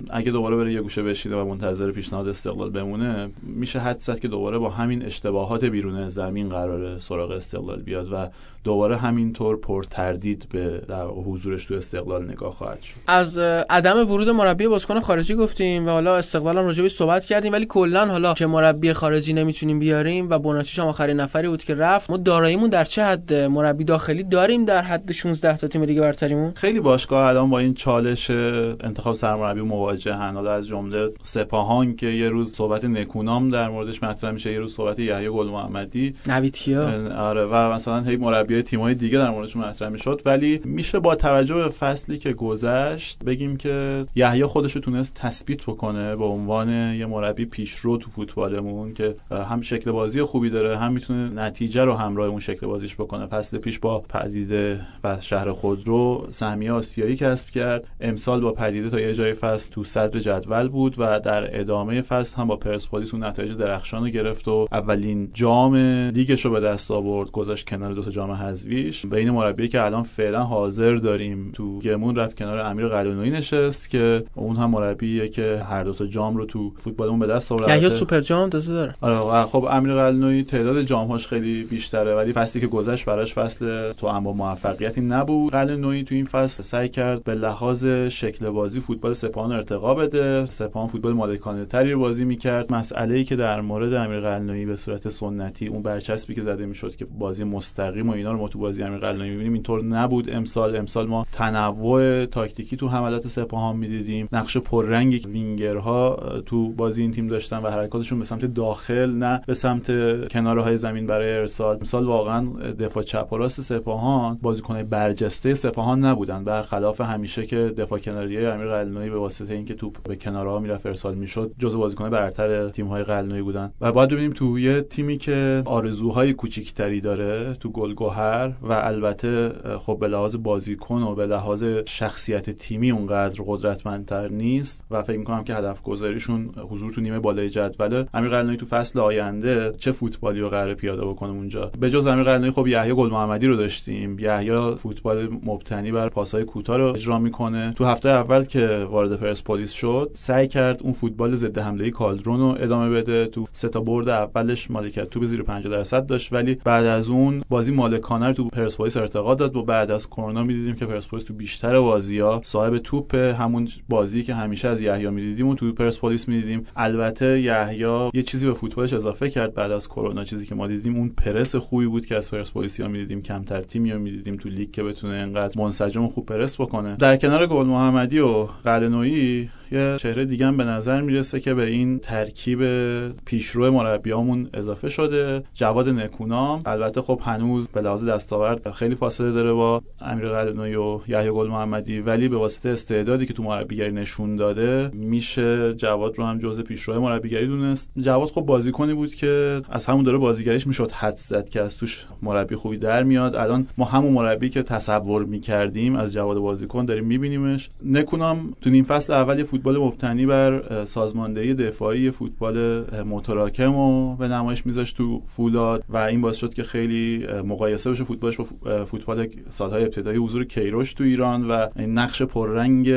اگه دوباره بره یه گوشه بشینه و منتظر پیشنهاد استقلال بمونه، میشه حدس زد که دوباره با همین اشتباهات بیرون زمین قراره سراغ استقلال بیاد و دوباره همینطور پر تردید به حضورش تو استقلال نگاه خواهد شد. از عدم ورود مربی بازیکن خارجی گفتیم و حالا استقلال هم راجع بهش صحبت کردیم، ولی کلا حالا که مربی خارجی نمیتونیم بیاریم و بوناچیش هم آخرین نفری بود که رفت، ما داراییمون در چه حد؟ مربی داخلی داریم در حد 16 تا تیم لیگ برتریمون؟ خیلی باشگاه الان با این چالش انتخاب سرمربی مواجهن، حالا از جمله سپاهان که یه روز صحبت نکونام در موردش مطرح میشه، یه روز صحبت یحیی گل محمدی، نوید کیا، آره، و مثلا هی مربیای تیم‌های دیگه در موردش مطرح میشد. ولی میشه با توجه به فصلی که گذشت بگیم که یحیی خودش رو تونست تثبیت بکنه به عنوان یه مربی پیشرو تو فوتبالمون که هم شکل بازی خوبی داره، هم میتونه نتیجه رو همراه اون شکل بازیش بکنه. فصل پیش با پدیده و شهر خودرو سهمیه آسیایی کسب کرد، امسال با پدیده تا یه جای فصل تو صدر جدول بود و در ادامه فصل هم با پرسپولیس اون نتایج درخشان رو گرفت و اولین جام لیگش رو به دست آورد، گذاشت کنار دو تا جام حذفیش. بین مربی که الان فعلا حاضر داریم تو گمون رفت کنار امیر قلعه‌نویی نشست که اون هم مربیه که هر دو تا جام رو تو فوتبالمون به دست آورد. یا سوپر جام تازه داره. آره، خب امیر قلعه‌نویی تعداد جام‌هاش خیلی بیشتره، ولی فصلی که گذشت براش فصل تو اما موفقیتی نبود. قلعه‌نویی تو این فصل سعی کرد به لحاظ شکل بازی فوتبال سپاهان ارتقا بده. سپاهان فوتبال مالکانه تری بازی می‌کرد. مسئله‌ای که در مورد امیر قلعه‌نویی به صورت سنتی اون برچسبی که زده میشد که بازی مستقیم و اینا رو ما تو بازی امیر قلعه‌نویی می‌بینیم، اینطور نبود. امسال ما تنوع تاکتیکی تو حملات سپاهان می‌دیدیم. نقش پررنگی وینگرها تو بازی این تیم داشتن و حرکاتشون به سمت داخل نه به سمت کنارهای زمین برای ارسال. امسال واقعا دفاع چپ و راست سپاهان بازیکن‌های برجسته سپاهان نبودن، برخلاف همیشه که دفاع کناریای امیر قلعه‌نویی به واسطه اینکه توپ به کنارها میرفت ارسال میشد جزو بازیکن‌های برتر تیم‌های قلعه‌نویی بودن. و بعد ببینیم تو یه تیمی که آرزوهای کوچیک‌تری داره تو گلگهر و البته خب به لحاظ بازیکن و به لحاظ شخصیت تیمی اونقدر قدرتمندتر نیست و فکر می‌کنم که هدف گذاریشون حضور تو نیمه بالای جدول. امیر قلعه‌نویی تو فصل آینده چه فوتبالی رو قراره پیاده بکنه اونجا. به جز امیر قلعه‌نویی خب یحیی گل محمدی رو داشتیم. یحیی فوتبال مبتنی بر پاس‌های کوتاه رو اجرا می‌کنه. تو هفته اول که وارد پرسپولیس شد سعی کرد اون فوتبال ضد حمله کالدرون رو ادامه بده. تو سه تا برد اولش مالکیت توپ زیر 50% داشت، ولی بعد از اون بازی مالکانه رو تو پرسپولیس ارتقا داد و بعد از کرونا می‌دیدیم که پرسپولیس تو بیشتر بازی‌ها صاحب توپ، همون بازی که همیشه از یحیی می‌دیدیم و تو پرسپولیس می‌دیدیم. البته یحیی یه چیزی به فوتبالش اضافه کرد بعد از کرونا، چیزی که ما دیدیم اون پرس خوبی بود که از پرسپولیسیا می‌دیدیم. کمتر تیمی رو می‌دیدیم تو لیگ که بتونه اینقدر منسجم و خوب پرس بکنه. در کنار گل محمدی و قلعه‌نویی یه چهره دیگه هم به نظر میرسه که به این ترکیب پیشرو مربیامون اضافه شده، جواد نکونام. البته خب هنوز به لحاظ دستاورد خیلی فاصله داره با امیر قلعه‌نویی و یحیی گل محمدی، ولی به واسطه استعدادی که تو مربیگری نشون داده میشه جواد رو هم جزء پیشرو مربیگری دونست. جواد خب بازیکنی بود که از همون داره بازیگریش میشد حدس زد که از توش مربی خوبی در میاد. الان ما همون مربی که تصور میکردیم از جواد بازیکن داریم میبینیمش. نکونام تو نیم فصل اول فوتبال مبتنی بر سازماندهی دفاعی، فوتبال متراکم و به نمایش میذاشت تو فولاد و این باعث شد که خیلی مقایسه بشه فوتبالش با فوتبال سالهای ابتدایی حضور کیروش تو ایران و این نقش پررنگ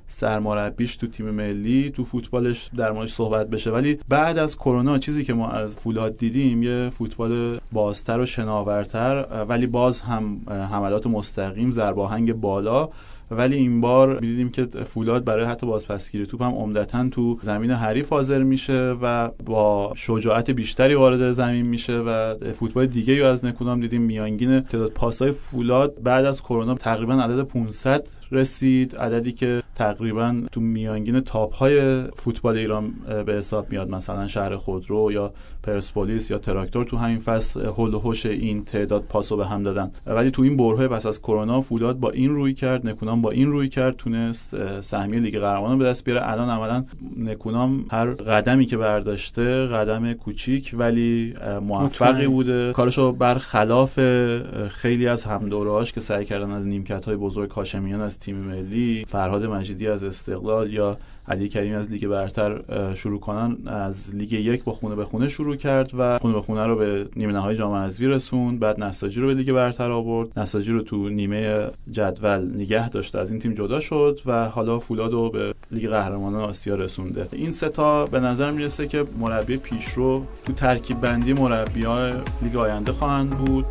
سرمربیش تو تیم ملی تو فوتبالش در موردش صحبت بشه. ولی بعد از کرونا چیزی که ما از فولاد دیدیم یه فوتبال بازتر و شناورتر، ولی باز هم حملات مستقیم، ضرباهنگ بالا، ولی این بار می‌دیدیم که فولاد برای حتی بازپسگیری توپ هم عمدتاً تو زمین حریف حاضر میشه و با شجاعت بیشتری وارد زمین میشه و فوتبال دیگه‌ای از نکونام دیدیم. میانگین تعداد پاس‌های فولاد بعد از کرونا تقریباً عدد 500 رسید، عددی که تقریباً تو میانگین تاپ‌های فوتبال ایران به حساب میاد. مثلا شهر خودرو یا پرسپولیس یا تراکتور تو همین فصل هول و هوش این تعداد پاسو به هم دادن. ولی تو این برهه پس از کرونا فولاد با این روی کرد، نکونام با این روی کرد، تونست سهمیه لیگ قهرمانان به دست بیاره. الان عملاً نکونام هر قدمی که برداشته قدم کوچیک ولی موفقی بوده. کارشو برخلاف خیلی از همدوره‌هاش که سعی کردن از نیمکت‌های بزرگ هاشمیان از از تیم ملی، فرهاد مجیدی از استقلال یا علی کریمی از لیگ برتر شروع کنن، از لیگ 1 با خونه به خونه شروع کرد و خونه به خونه رو به نیمه نهایی جام حذفی رسوند. بعد نساجی رو به لیگ برتر آورد، نساجی رو تو نیمه جدول نگه داشت، از این تیم جدا شد و حالا فولاد رو به لیگ قهرمانان آسیا رسونده. این سه تا به نظر میرسه که مربی پیشرو تو ترکیب بندی مربیای لیگ آینده خواهند بود.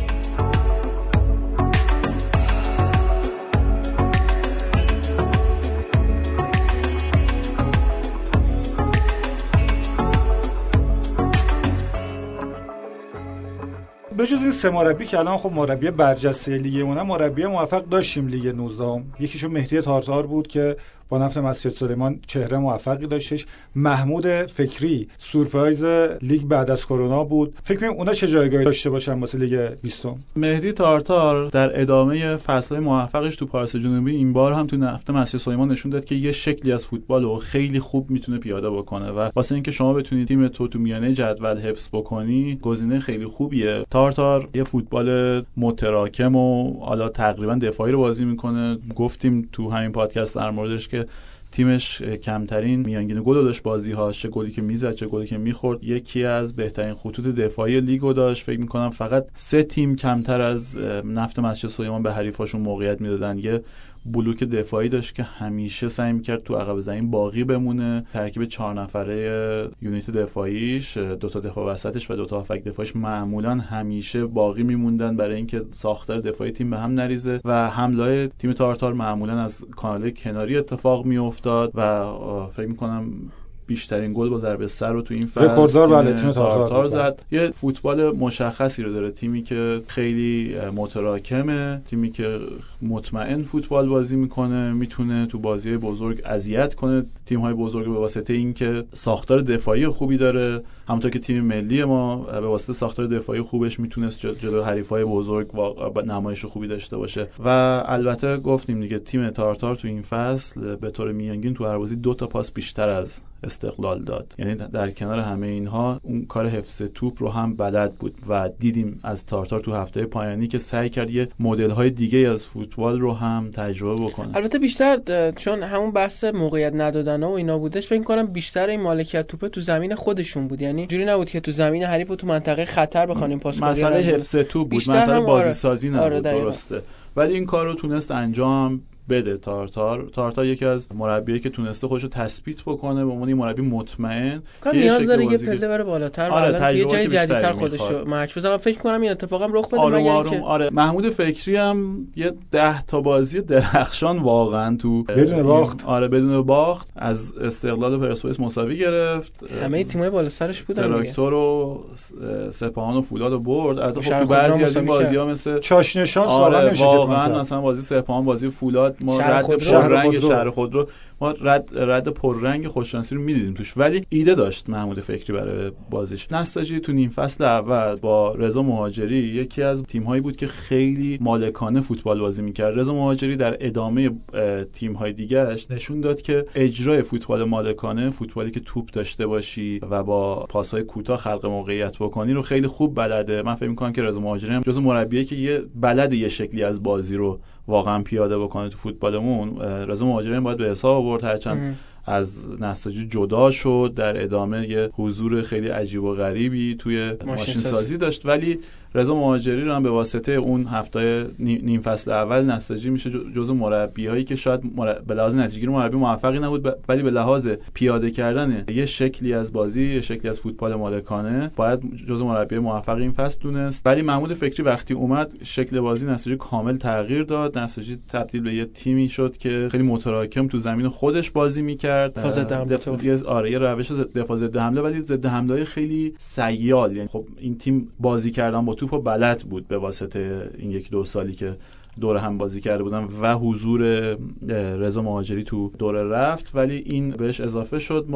بجز این سه مربی که الان خب مربی برجسته لیگ اونم، مربی موفق داشتیم لیگ 19. یکیشون مهدی تارتار بود که با نفت مسجد سلیمان چهره موفقی داشتش. محمود فکری سورپرایز لیگ بعد از کرونا بود. فکر کنم اونا چه جایگاهی داشته باشن واسه لیگ 20. مهدی تارتار در ادامه فصل موفقش تو پاریس جنوبی این بار هم تو نفت مسجد سلیمان نشون داد که یه شکلی از فوتبال رو خیلی خوب میتونه پیاده بکنه و واسه اینکه شما بتونید تیم تو میانه جدول حفظ بکنی گزینه خیلی خوبیه. تارتار یه فوتبال متراکم و حالا تقریبا دفاعی رو بازی میکنه. گفتیم تو همین پادکست در موردش که تیمش کمترین میانگین گل داشت بازی‌هاش، چه گلی که میزد چه گلی که میخورد. یکی از بهترین خطوط دفاعی لیگو داشت. فکر میکنم فقط 3 تیم کمتر از نفت مسجد سلیمان به حریفاشون موقعیت میدادن. یه بلوک دفاعی داشت که همیشه سعی میکرد تو عقب زمین باقی بمونه. ترکیب 4 نفره یونیت دفاعیش، 2 تا دفاع وسطش و 2 تا هافک دفاعیش معمولا همیشه باقی میموندن برای اینکه ساختار دفاعی تیم به هم نریزه و حمله تیم تارتار معمولا از کانال کناری اتفاق میافتاد و فکر میکنم بیشترین گل با ضربه سر رو تو این فصل تیم تارتار زد. یه فوتبال مشخصی رو داره، تیمی که خیلی متراکمه، تیمی که مطمئن فوتبال بازی میکنه، میتونه تو بازی بزرگ اذیت کنه تیم‌های بزرگ به واسطه اینکه ساختار دفاعی خوبی داره. همونطور که تیم ملی ما به واسطه ساختار دفاعی خوبش میتونست جلوی حریفای بزرگ نمایش خوبی داشته باشه. و البته گفتیم دیگه تیم تارتار تو این فصل به طور میانگین تو هر بازی 2 تا پاس بیشتر از استقلال داد. یعنی در کنار همه اینها اون کار حفظ توپ رو هم بلد بود و دیدیم از تارتار تو هفته پایانی که سعی کرد یه مدل‌های دیگه از فوتبال رو هم تجربه بکنه. البته بیشتر چون همون بحث موقعیت ندادن و اینا بودش، فکر کنم بیشتر این مالکیت توپ تو زمین خودشون بود. یعنی جوری نبود که تو زمین حریف و تو منطقه خطر بخوانیم پاس کنیم. مسئله حفظ توپ بود، مسئله بازی سازی نبود. درسته. ولی این کار رو تونست انجام بده. تارتار یکی از مربیایی که تونسته خودشو تثبیت بکنه به عنوان مربی مطمئن که نیاز داره یه پله بره بالاتر و یه جای جدیدتر خودشو مچ بزنه. فکر کنم این اتفاقم رخ بده. آره محمود فکری هم یه 10 تا بازی درخشان واقعا تو بدون باخت بدون باخت از استقلال و پرسپولیس مساوی گرفت. همه تیم‌های بالا سرش بودن. تراکتور و سپاهان و فولاد رو برد. البته خب تو بعضی از این بازی‌ها مثل چاشنی شانس واقعا مثلا بازی سپاهان، بازی فولاد ما شهر خودرو ما رد پررنگ خوششانسی رو می‌دیدیم توش، ولی ایده داشت محمود فکری برای بازیش. نساجی تو نیم فصل اول با رضا مهاجری یکی از تیم‌هایی بود که خیلی مالکانه فوتبال بازی می‌کرد. رضا مهاجری در ادامه تیم‌های دیگه‌اش نشون داد که اجرای فوتبال مالکانه، فوتبالی که توپ داشته باشی و با پاس‌های کوتاه خلق موقعیت بکنی رو خیلی خوب بلده. من فکر می‌کنم که رضا مهاجری هم جزو مربیایی که یه شکلی از بازی رو واقعا پیاده بکنه تو فوتبالمون. رضا مهاجری باید به حساب آورد، هرچند از نساجی جدا شد، در ادامه یه حضور خیلی عجیب و غریبی توی ماشین سازی داشت، ولی رضا مهاجری رو هم به واسطه اون هفته نیم فصل اول نساجی میشه جزو مربیایی که شاید به لحاظ نتیجه‌گیری مربی موفقی نبود، ولی به لحاظ پیاده کردن یه شکلی از بازی، یه شکلی از فوتبال مالکانه باید جزو مربی موفق این فصل دونست. ولی محمود فکری وقتی اومد شکل بازی نساجی کامل تغییر داد. نساجی تبدیل به یه تیمی شد که خیلی متراکم تو زمین خودش بازی می‌کرد. یه روش دفاع ضد حمله، ولی ضد حمله خیلی سیال. یعنی خب این تیم بازی کردن با توپو بلد بود به واسطه این 1-2 سالی که دوره هم بازی کرده بودن و حضور رضا مهاجری تو دوره رفت، ولی این بهش اضافه شد. ما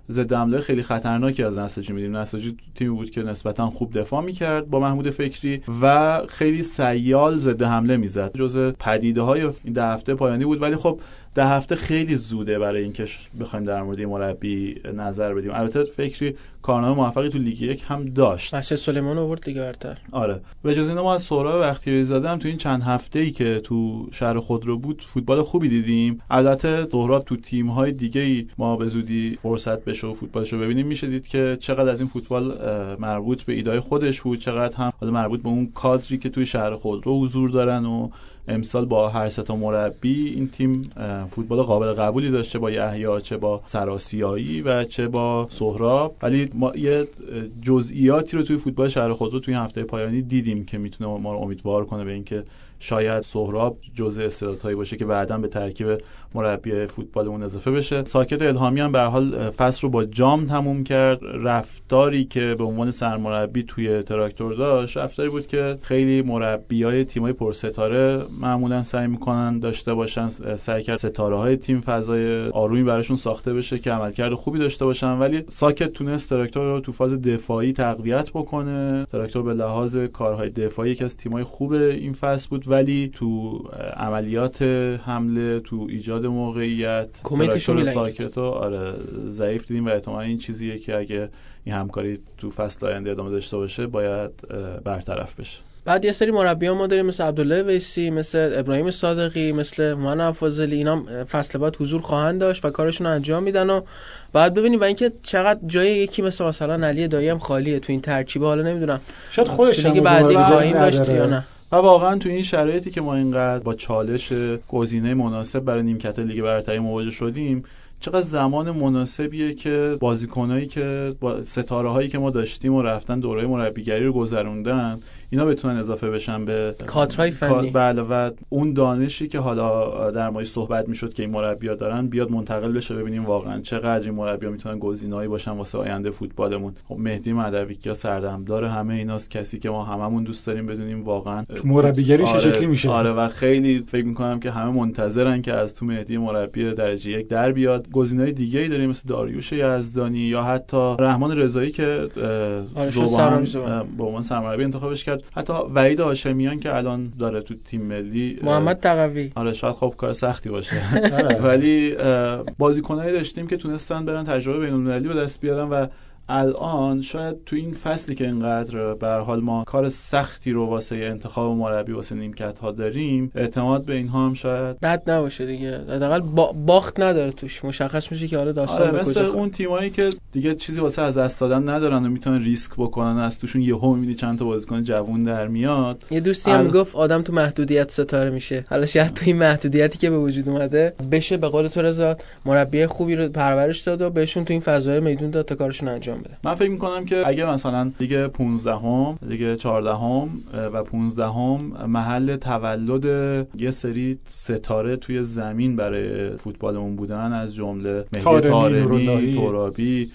ضد حمله خیلی خطرناکی از نساجی می‌دیدیم. نساجی تیمی بود که نسبتاً خوب دفاع می‌کرد با محمود فکری و خیلی سیال ضد حمله می‌زد. جزء پدیده‌های این 10 هفته پایانی بود، ولی خب 10 هفته خیلی زوده برای اینکه بخوایم در مورد مربی نظر بدیم. البته فکری کارنامه موفقی تو لیگ 1 هم داشت. مهشید سلیمان آورد لیگ برتر. آره. به جز اینا ما از سهراب بختیاری زاده تو این چند هفته‌ای که تو شهر خودرو بود فوتبال خوبی دیدیم. البته سهراب تو تیم‌های دیگه‌ای ما به زودی فرصت بشه و فوتبالشو ببینیم میشه دید که چقدر از این فوتبال مربوط به ایده‌های خودش بود، چقدر هم مربوط به اون کادری که توی شهر خودرو حضور دارن و امسال با هر سه تا مربی این تیم فوتبال قابل قبولی داشته، با یحیی، چه با سراسیایی و چه با سهراب. ولی ما یه جزئیاتی رو توی فوتبال شهر خودرو توی هفته پایانی دیدیم که میتونه ما رو امیدوار کنه به اینکه شاید سهراب جزء استعدادهایی باشه که بعداً به ترکیب مربی فوتبالمون اضافه بشه. ساکت الهامی هم به هر حال فصل رو با جام تموم کرد. رفتاری که به عنوان سرمربی توی تراکتور داشت رفتاری بود که خیلی مربیای تیم‌های پرستاره معمولاً سعی می‌کنن داشته باشن. سعی کرد ستاره‌های تیم فضای آرومی براشون ساخته بشه که عملکرد خوبی داشته باشن، ولی ساکت تونست تراکتور رو تو فاز دفاعی تقویت بکنه. تراکتور به لحاظ کارهای دفاعی یکی از تیم‌های خوب این فصل بود، ولی تو عملیات حمله، تو ایجاد موقعیت کمیتشون ساکت و آره ضعیف دیدیم و احتمالاً این چیزیه که اگه این همکاری تو فصل آینده ادامه داشته باشه باید برطرف بشه. بعد یه سری مربیان ما داریم مثل عبدالله ویسی، مثل ابراهیم صادقی، مثل محمد فاضلی. اینا فصل بعد حضور خواهند داشت و کارشون رو انجام میدن و بعد ببینیم و اینکه چقدر جای یکی مثلا علی دایی هم خالیه تو این ترکیب. حالا نمیدونم شاید خودش دیگه بعدی خواهیم داشت یا نه. و واقعا تو این شرایطی که ما اینقدر با چالش گزینه مناسب برای نیمکت لیگ برتری مواجه شدیم، چقدر زمان مناسبیه که بازیکنایی که با ستاره هایی که ما داشتیم و رفتن دوره مربیگری رو گذروندن اینا بتونن اضافه بشن به کادرهای فنی. بله، و اون دانشی که حالا در موردش صحبت میشد که این مربی‌ها دارن بیاد منتقل بشه، ببینیم واقعا چقدر این مربی‌ها میتونن گزینه‌ای باشن واسه آینده فوتبالمون. خب مهدی مهدوی‌کیا سردمدار همه ایناست، کسی که ما هممون دوست داریم بدونیم واقعا تو مربیگریش چه شکلی میشه. آره و خیلی فکر می‌کنم که همه منتظرن که از تو مهدی مربی درجه یک در بیاد. گزینه‌های دیگه‌ای داریم مثل داریوش یزدانی یا حتی رحمان رضایی که زوبان به عنوان سرمربی انتخابش کرد، حتی وحید هاشمیان که الان داره تو تیم ملی، محمد تقوی. آره شاید خب کار سختی باشه ولی بازیکنایی داشتیم که تونستن برن تجربه بین‌المللی به دست بیارن و الان شاید تو این فصلی که اینقدر به هر حال ما کار سختی رو واسه انتخاب مربی واسه نیمکت ها داریم، اعتماد به اینها هم شاید بد نباشه دیگه. حداقل باخت نداره توش، مشخص میشه که حالا داستان به کجا. مثل اون تیمایی که دیگه چیزی واسه از دست دادن ندارن و میتونن ریسک بکنن، از توشون یهو میبینی چند تا بازیکن جوون در میاد. یه دوستی هم میگفت آدم تو محدودیت ستاره میشه. حالا شاید تو این محدودیتی که به وجود اومده بشه به قول تو رضا مربی خوبی رو پرورش داد و بهشون تو این فضای میدون داد تا کارشون انجام بده. من فکر می‌کنم که اگه مثلا لیگ 15ام، لیگ 14ام و 15ام محل تولد یه سری ستاره توی زمین برای فوتبالمون بودن، از جمله مهدی طارمی، ترابی،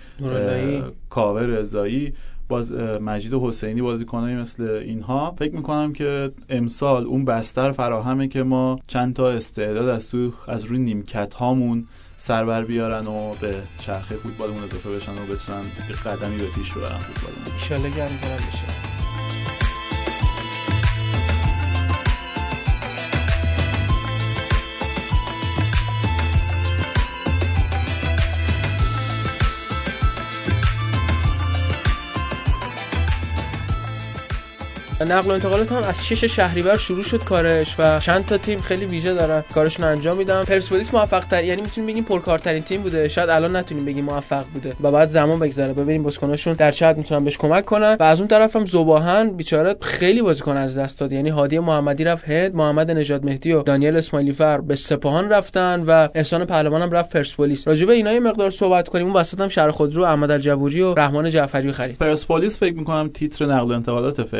کاوه رضایی، مجید حسینی، بازیکنایی مثل اینها، فکر میکنم که امسال اون بستر فراهمه که ما چند تا استعداد از روی نیمکت هامون سربر بیارن و به چرخه فوتبالمون اضافه بشن و بتونن یه قدمی به پیش ببرن فوتبالمون. ان شاءالله گرم بشه. نقل و انتقالات هم از 6 شهریور شروع شد کارش و چند تا تیم خیلی ویژه دارن کارشون انجام میدن. پرسپولیس موفق تر، یعنی میتونیم بگیم پرکارترین تیم بوده، شاید الان نتونیم بگیم موفق بوده و بعد زمان بگذره ببینیم بازیکناشون در چه حد میتونن بهش کمک کنن. و از اون طرف هم ذوباهن بیچاره خیلی بازیکن از دست داد، یعنی هادی محمدی رفت هند، محمد نژاد مهدی و دانیل اسماعیلی فر به سپاهان رفتن و احسان پهلوان هم رفت پرسپولیس. راجع به اینا یه مقدار صحبت کنیم. اون وسط هم شهر خودرو احمد الجبوری و رحمان جعفری خرید. پرسپولیس فکر می‌کنم تیتر نقل و انتقالات فعلا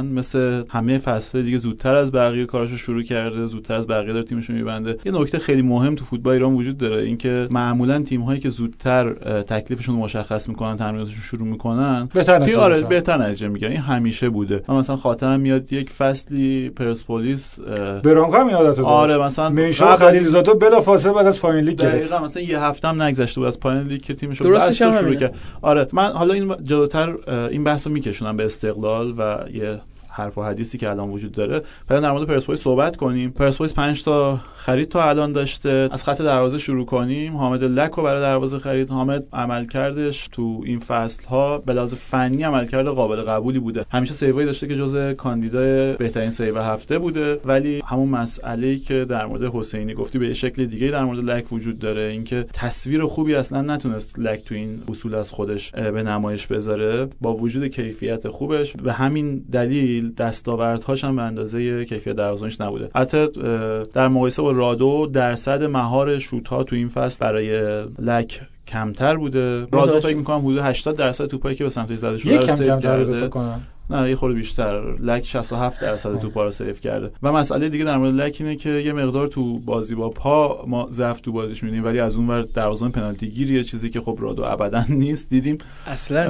مثل همه فصل‌های دیگه زودتر از بقیه کاراشو شروع کرده، زودتر از بقیه داره تیمشو میبنده. یه نکته خیلی مهم تو فوتبال ایران وجود داره، اینکه معمولا تیم‌هایی که زودتر تکلیفشون رو مشخص میکنن، تمریناتشون شروع میکنن، بهتر نتیجه میگیرن. این همیشه بوده. من مثلا خاطرم میاد یک فصلی پرسپولیس برانکو هم یادت آره مثلا منشور خلیلزاده بلافاصله بعد از پایین لیگ گرفت. دقیقاً مثلا یه هفته هم نگذشته بود از پایین لیگ که تیمش رو شروع کرد. آره من حالا این جلوتر این بحثو میکشونم به استقلال و یه حرف و حدیثی که الان وجود داره. بعد در مورد پرسپولیس صحبت کنیم. پرسپولیس 5 تا خرید تا الان داشته. از خط دروازه شروع کنیم. حامد لکو برای دروازه خرید. حامد عملکردش تو این فصل ها به لحاظ فنی عملکرد قابل قبولی بوده. همیشه سیوی داشته که جزء کاندیدای بهترین سیو هفته بوده، ولی همون مسئله‌ای که در مورد حسینی گفتی به شکل دیگه در مورد لک وجود داره، اینکه تصویر خوبی اصلا نتونست لک تو این اصول از خودش به نمایش بذاره با وجود کیفیت خوبش. به همین دلیل دستاوردهاش هم به اندازه کیفیت دروازه‌بانیش نبوده. حتی در مقایسه با رادو درصد مهار شوت‌ها تو این فصل برای لک کمتر بوده. رادو فکر می‌کنم حدود 80% توپایی که به سمتش زده شده رو سیو کرده. نه یه خورده بیشتر. لک 67% توپا رو سیو کرده. و مسئله دیگه در مورد لک اینه که یه مقدار تو بازی با پا ما ضعف تو بازیش می‌بینیم، ولی از اونور دروازه‌بان پنالتی گیریه، چیزی که خب رادو ابداً نیست. دیدیم اصلاً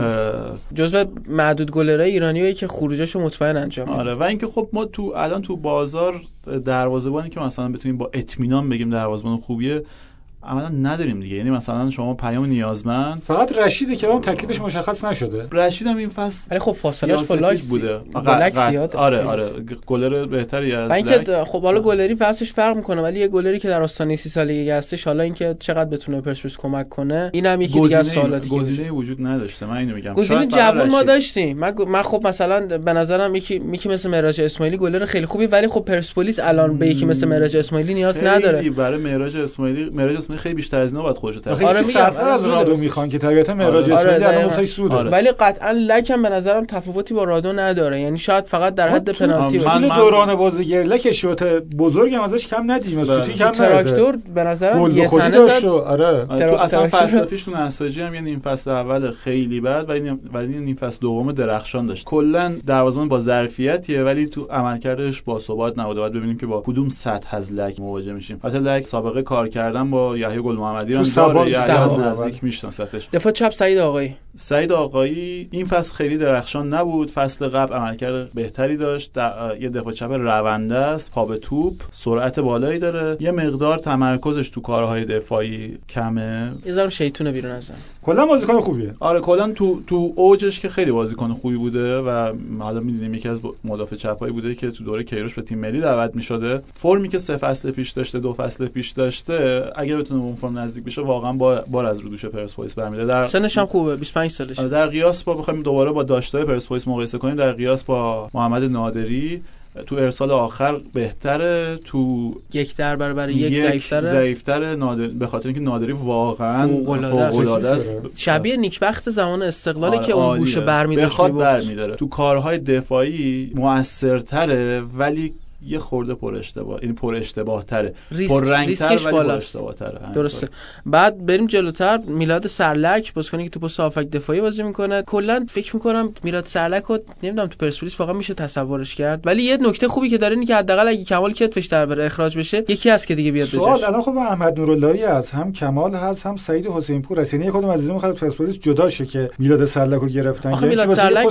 جزو معدود گلرای ایرانیایی که خروجاشو مطمئن انجام میده. آره و اینکه خب ما الان تو بازار دروازه‌بانی که مثلا بتونیم با اطمینان بگیم دروازه‌بان خوبیه عملا نداریم دیگه. یعنی مثلا شما پیام نیازمند فقط رشیده که اون تکلیفش مشخص نشده. رشید هم این فصل ولی خب فاصلهش با لاک بوده. زیاد. آره گلر بهتری از اینکه خب حالا گلری فصلش فرق میکنه، ولی یه گلری که در آستانه 30 سالگی هستش، حالا اینکه چقدر بتونه پرسپولیس کمک کنه اینم یکی دیگه از سوالاتی که گزینه وجود نداشته. من اینو میگم گزینه جوون ما داشتیم. من خب مثلا به نظرم یکی مثل معراج اسماعیلی گلر خیلی خوبی، ولی خب پرسپولیس الان به یکی مثل معراج اسماعیلی نیاز نداره. خیلی برای معراج اسماعیلی خیلی بیشتر از اینا باید خودش رو آره سرفر از رادو میخوان که طبیعتا معراج اسماعیلی الان موسای سوده. ولی قطعا لک هم به نظرم تفاوتی با رادو نداره، یعنی شاید فقط در حد پنالتی باشه. دوران بازیگر لک شوت بزرگ هم ازش کم ندیم، سوتی کم نداره. تراکتور به نظرم یه تنه داشت. آره تو اصلا فصل پیش تو نساجی هم یعنی این فصل اول خیلی بد ولی این فصل دوم درخشان داشت. کلا دروازه‌بان با ظرفیتیه ولی تو عملکردش با ثبات نبوده. باید ببینیم که با کدوم سطح از لک مواجه میشیم. البته لک سابقه کار کردن با یحیی گل محمدی رو از نزدیک میشناستش. دفاع چپ سعید آقایی این فصل خیلی درخشان نبود. فصل قبل عملکرد بهتری داشت. یه دفاع چپ رونده است، پا به توپ، سرعت بالایی داره. یه مقدار تمرکزش تو کارهای دفاعی کمه. یه ذره شیطونه بیرون ازن. کلا بازیکن خوبیه. آره کلا تو اوجش که خیلی بازیکن خوبی بوده و حالا می‌دونیم یکی از مدافع چپایی بوده که تو دوره کیروش به تیم ملی دعوت می‌شده. فرمی که 3 فصل پیش داشته، 2 فصل پیش داشته، اگه بتونه اون فرم نزدیک بشه واقعا بار از رو دوش پرسپولیس برمی‌داره. سنش هم خوبه، 25 سالشه. در قیاس با بخوایم دوباره با داشتای پرسپولیس مقایسه کنیم، در قیاس با محمد نادری تو ارسال آخر بهتره، تو 1 برابر 1 ضعیف‌تره به خاطر اینکه نادری واقعا فوق‌العاده است. شبیه نیکبخت زمان استقلالی که اون گوشو برمی‌داره. تو کارهای دفاعی موثرتره ولی یه خورده پر اشتباه تره، پر رنگ تر ولی پر اشتباه تره. درسته. بعد بریم جلوتر. میلاد سرلک بازیکنی که تو پست هافک دفاعی بازی میکنه. کلا فکر میکنم میلاد سرلک رو نمیدونم تو پرسپولیس واقعا میشه تصورش کرد، ولی یه نکته خوبی که داره اینه که حداقل اگه کمال کتفش در بره اخراج بشه یکی هست که دیگه بیاد بجاش. سوال الان خب احمد نوراللهی هست، هم کمال هست، هم سعید حسین پور هست، یعنی یک کدوم از اینا میخواد پرسپولیس جدا شه که میلاد سرلک رو گرفتن. میلاد سرلک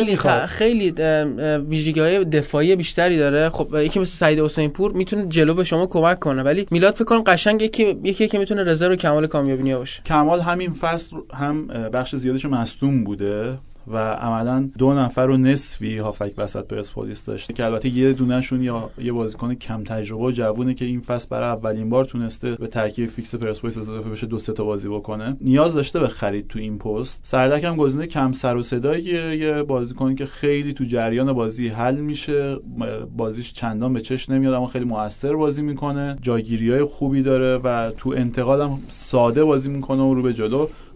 خیلی ویژگی‌های دفاعی بیشتری داره. خب یکی مثل سعید حسین پور میتونه جلو به شما کمک کنه، ولی میلاد فکر کنم قشنگ یکی که میتونه رزرو کمال کامیابی باشه. کمال همین فصل هم بخش زیادش مصدوم بوده و عملاً 2 نفر و نصفی هافک وسط پرسپولیس داشته که البته یه دونهشون یا یه بازیکن کم تجربه و جوونه که این فصل برای اولین بار تونسته به ترکیب فیکس پرسپولیس اضافه بشه 2-3 تا بازی بکنه. نیاز داشته به خرید تو این پست. سردک هم گزینه کم سر و صداییه، یه بازیکنی که خیلی تو جریان بازی حل میشه، بازیش چندان به چشم نمیاد اما خیلی موثر بازی میکنه، جایگیریای خوبی داره و تو انتقال هم ساده بازی میکنه و رو به جلو.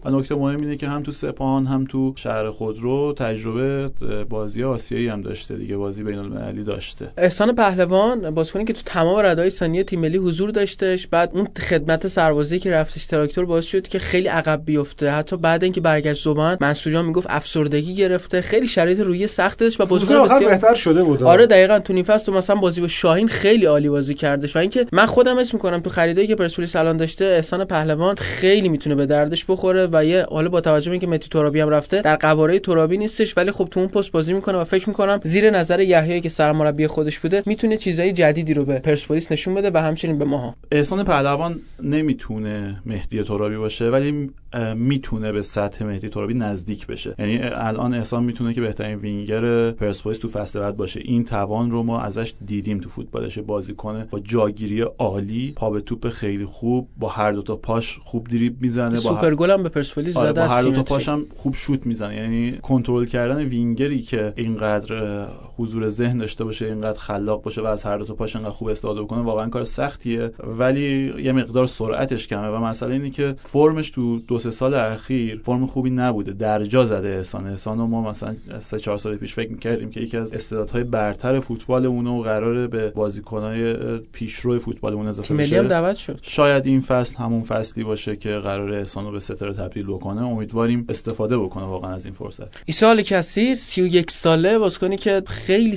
و نکته مهم اینه که هم تو سپاهان هم تو شهر خودرو تجربه بازی آسیایی هم داشته دیگه، بازی بین‌المللی داشته. احسان پهلوان بازیکنی که تو تمام رده‌های سنی تیم ملی حضور داشتش، بعد اون خدمت سربازی که رفتش تراکتور باعث شد که خیلی عقب بیفته. حتی بعد اینکه برگشت زبان منصور جان میگفت افسردگی گرفته، خیلی شرایط روحی سخت داشت و بازیکن بسیار بهتر شده بود. آره دقیقاً تو نیم فصل مثلا بازی با شاهین خیلی عالی بازی کردش و اینکه من خودم اسم می‌کنم تو خریدایی که پرسپولیس الان داشته احسان پهلوان خیلی میتونه به دردش بخوره و یه حالا با توجه به اینکه متی ترابی هم رفته در قواره ترابی نیستش، ولی خب تو اون پست بازی میکنه و فکر میکنم زیر نظر یحیی که سرمربی خودش بوده میتونه چیزای جدیدی رو به پرسپولیس نشون بده و همچنین به ماها. احسان پهلوان نمیتونه مهدی ترابی باشه ولی میتونه به سطح مهدی ترابی نزدیک بشه. یعنی الان احسان میتونه که بهترین وینگر پرسپولیس تو فصل بعد باشه. این توان رو ما ازش دیدیم تو فوتبالش. بازیکن با جاگیری عالی، پا به توپ خیلی خوب، با هر دو تا پاش خوب دریبل میزنه، سوپر گل هم به پرسپولیس زده، با هر دو تا پاش هم خوب شوت میزنه. یعنی کنترل کردن وینگری که اینقدر حضور ذهن داشته باشه، اینقدر خلاق باشه و از هر دو تا پاش اینقدر خوب استفاده بکنه واقعا کار سختیه، ولی یه مقدار سرعتش کمه و مسئله اینه که فرمش تو 2-3 سال اخیر فرم خوبی نبوده. درجا زده احسان و ما مثلا 3-4 سال پیش فکر می‌کردیم که یکی از استعدادهای برتر فوتبالمونه و قراره به بازیکن‌های پیشرو فوتبالمون اضافه بشه. تیم ملی هم دعوت شد. شاید این فصل همون فصلی باشه که قراره احسان رو به ستاره تبدیل بکنه. امیدواریم استفاده بکنه واقعا از این فرصت. عیسی الکثیر 31 ساله، بازیکنی که خیلی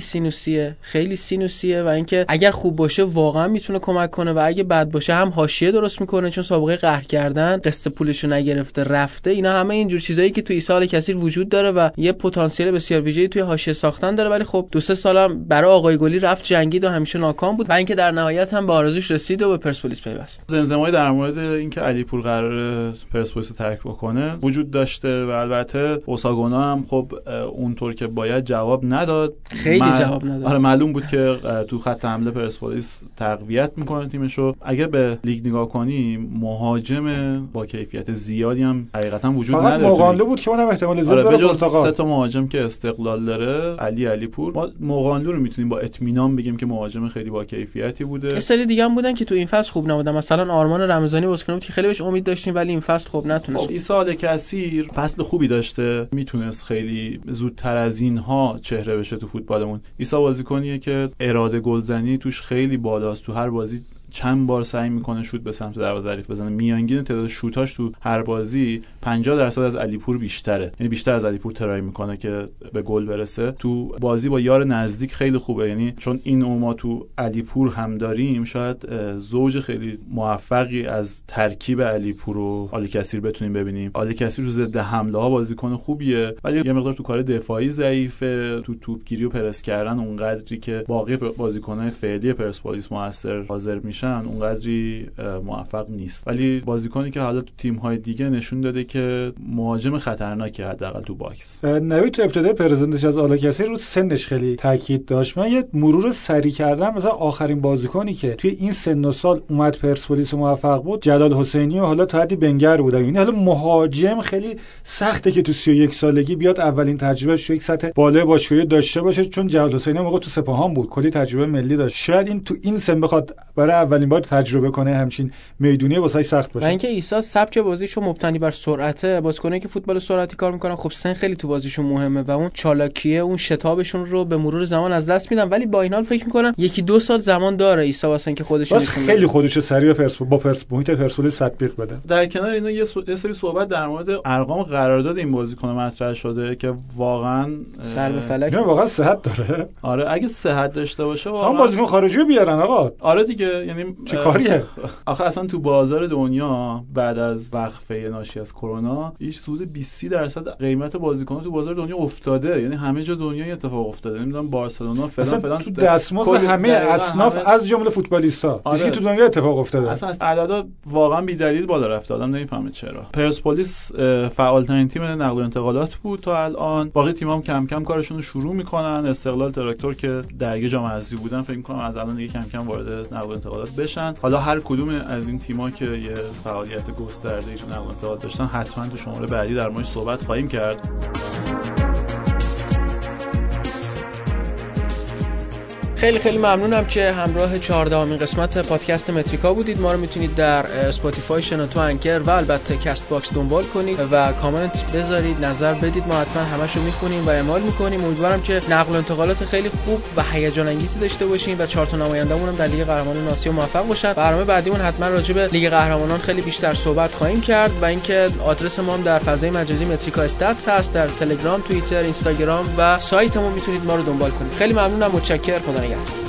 سینوسیه و اینکه اگر خوب باشه واقعا میتونه کمک کنه و اگه بد باشه هم حاشیه درست میکنه، چون سابقه قهر کردن، قسط پولشو نگرفته رفته، اینا همه اینجور چیزایی که تو عیسی الکثیر وجود داره و یه پتانسیل بسیار ویژه‌ای توی حاشیه ساختن داره، ولی خب 2-3 سالم برای آقای گلی رفت جنگید و همیشه ناکام بود و اینکه در نهایت هم به آرزوش رسید و به پرسپولیس پیوست. زمزمه‌ای در مورد اینکه علیپور قراره پرسپولیس ترک بکنه وجود داشته و البته اوساگونا هم خب اونطور که باید جواب نداد. خیلی جواب نداد. آره معلوم بود که تو خط حمله پرسپولیس تقویت میکنه تیمشو. اگه به لیگ نگاه کنیم مهاجم با کیفیت زیادی هم حقیقتا وجود نداره. فقط مغانلو بود که اونم احتمال زیاد بره پرتغال. 3 تا مهاجم که استقلال داره، علیپور، ما مغانلو رو میتونیم با اطمینان بگیم که مهاجم خیلی با کیفیتی بوده. یه سری دیگه هم بودن که تو این فصل خوب نبودن، مثلا آرمان رمضانی بازیکن بود که خیلی بهش امید داشتیم ولی این فصل خوب نتونست. عیسی الکثیر فصل خوبی داشته، میتونست خیلی زودتر از اینها چهره بشه تو فوتبالمون. عیسی بازیکنیه که اراده گلزنی توش خیلی بالاست، تو هر بازی چند بار سعی میکنه شوت به سمت دروازه حریف بزنه. میانگین تعداد شوتاش تو هر بازی 50% از علیپور بیشتره، یعنی بیشتر از علیپور ترای میکنه که به گل برسه. تو بازی با یار نزدیک خیلی خوبه، یعنی چون این ما تو علیپور هم داریم شاید زوج خیلی موفقی از ترکیب علیپور و الکثیر بتونیم ببینیم. الکثیر تو ضد حمله ها بازیکن خوبیه ولی یه مقدار تو کار دفاعی ضعیفه، تو توپگیری و پرس کردن اونقدری که باقی بازیکن‌های فعلی پرسپولیس موثر حاضر میشن اونقدری موفق نیست. ولی بازیکنی که حالا تو تیم‌های دیگه نشون داده که مهاجم خطرناکی حداقل تو باکس. نوید تو ابتدای پرزنتش از الکثیر رو سنش خیلی تاکید داشت. من یه مرور سری کردم، مثلا آخرین بازیکنی که توی این سن و سال اومد پرسپولیس موفق بود جلال حسینی و حالا تا حدی بنگر بودن. یعنی حالا مهاجم خیلی سخته که تو 31 سالگی بیاد اولین تجربهش تو یک سطح بالای باشگاهی داشته باشه، چون جلال حسینی موقع تو سپاهان بود، کلی تجربه ملی داشت. شاید این تو این سن بخواد برای اولین بار تجربه کنه همچین میدونی واسه سخت باشه. و اینکه عیسی سبک بازیشو مبتنی بر سرعته، بازیکنایی که فوتبال سرعتی کار میکنن خب سن خیلی تو بازیشون مهمه و اون چالاکیه، اون شتابشون رو به مرور زمان از دست میدن، ولی با این حال فکر میکنم 1-2 سال زمان داره عیسی واسه اینکه خودش خیلی خودشو سریع با محیط پرسپولیس تطبیق بده. در کنار اینا یه سری صحبت در مورد ارقام قرارداد این بازیکن مطرح شده که واقعا سر به فلک، نه واقعا صحت داره. آره اگه صحت داشته باشه واقعا هم بازیکن خارجی بیارن آقا. آره دیگه، یعنی چه کاریه؟ آخه اصلا تو بازار دنیا بعد از وقفه ناشی از کرونا هیچ حدود 20% قیمت بازیکن‌ها تو بازار دنیا افتاده، یعنی همه جا دنیا اتفاق افتاده. نمیدونم بارسلونا فلان تو دستمزد همه اصناف از جمله فوتبالیستا آره. تو دنیا اتفاق افتاده. اصلا عددا واقعا بی دلیل بالا رفته، آدم نمیفهمه چرا. پرسپولیس فعال‌ترین تیم نقل و انتقالات بود تا الان، باقی تیم‌ها کم کم کارشون رو شروع می‌کنن. استقلال، تراکتور که درگیر جام حذفی بودن فکر می‌کنم از الان دیگه کم کم وارد نقل و انتقالات بشن. حالا هر کدوم از این تیم‌ها که یه فعالیت گسترده‌ای تو نقل و انتقالات داشتن حتما تو شماره بعدی در موردش صحبت خواهیم کرد. خیلی خیلی ممنونم که همراه 14مین قسمت پادکست متریکا بودید. ما رو میتونید در اسپاتیفای، شنوتو، انکر و البته کست باکس دنبال کنید و کامنت بذارید، نظر بدید. ما حتما همشو میخونیم و اعمال میکنیم. امیدوارم که نقل و انتقالات خیلی خوب و هیجان انگیزی داشته باشیم و 4 تا نماینده‌مون هم در لیگ قهرمانان آسیا موفق باشن. برنامه بعدیمون حتما راجع به لیگ قهرمانان خیلی بیشتر صحبت خواهیم کرد و اینکه آدرس ما هم در فضای مجازی متریکا استاتس هست، در تلگرام، توییتر، اینستاگرام و سایتمون میتونید ما رو دنبال کنید. خیلی ممنونم، متشکرم. خدا نگهدار.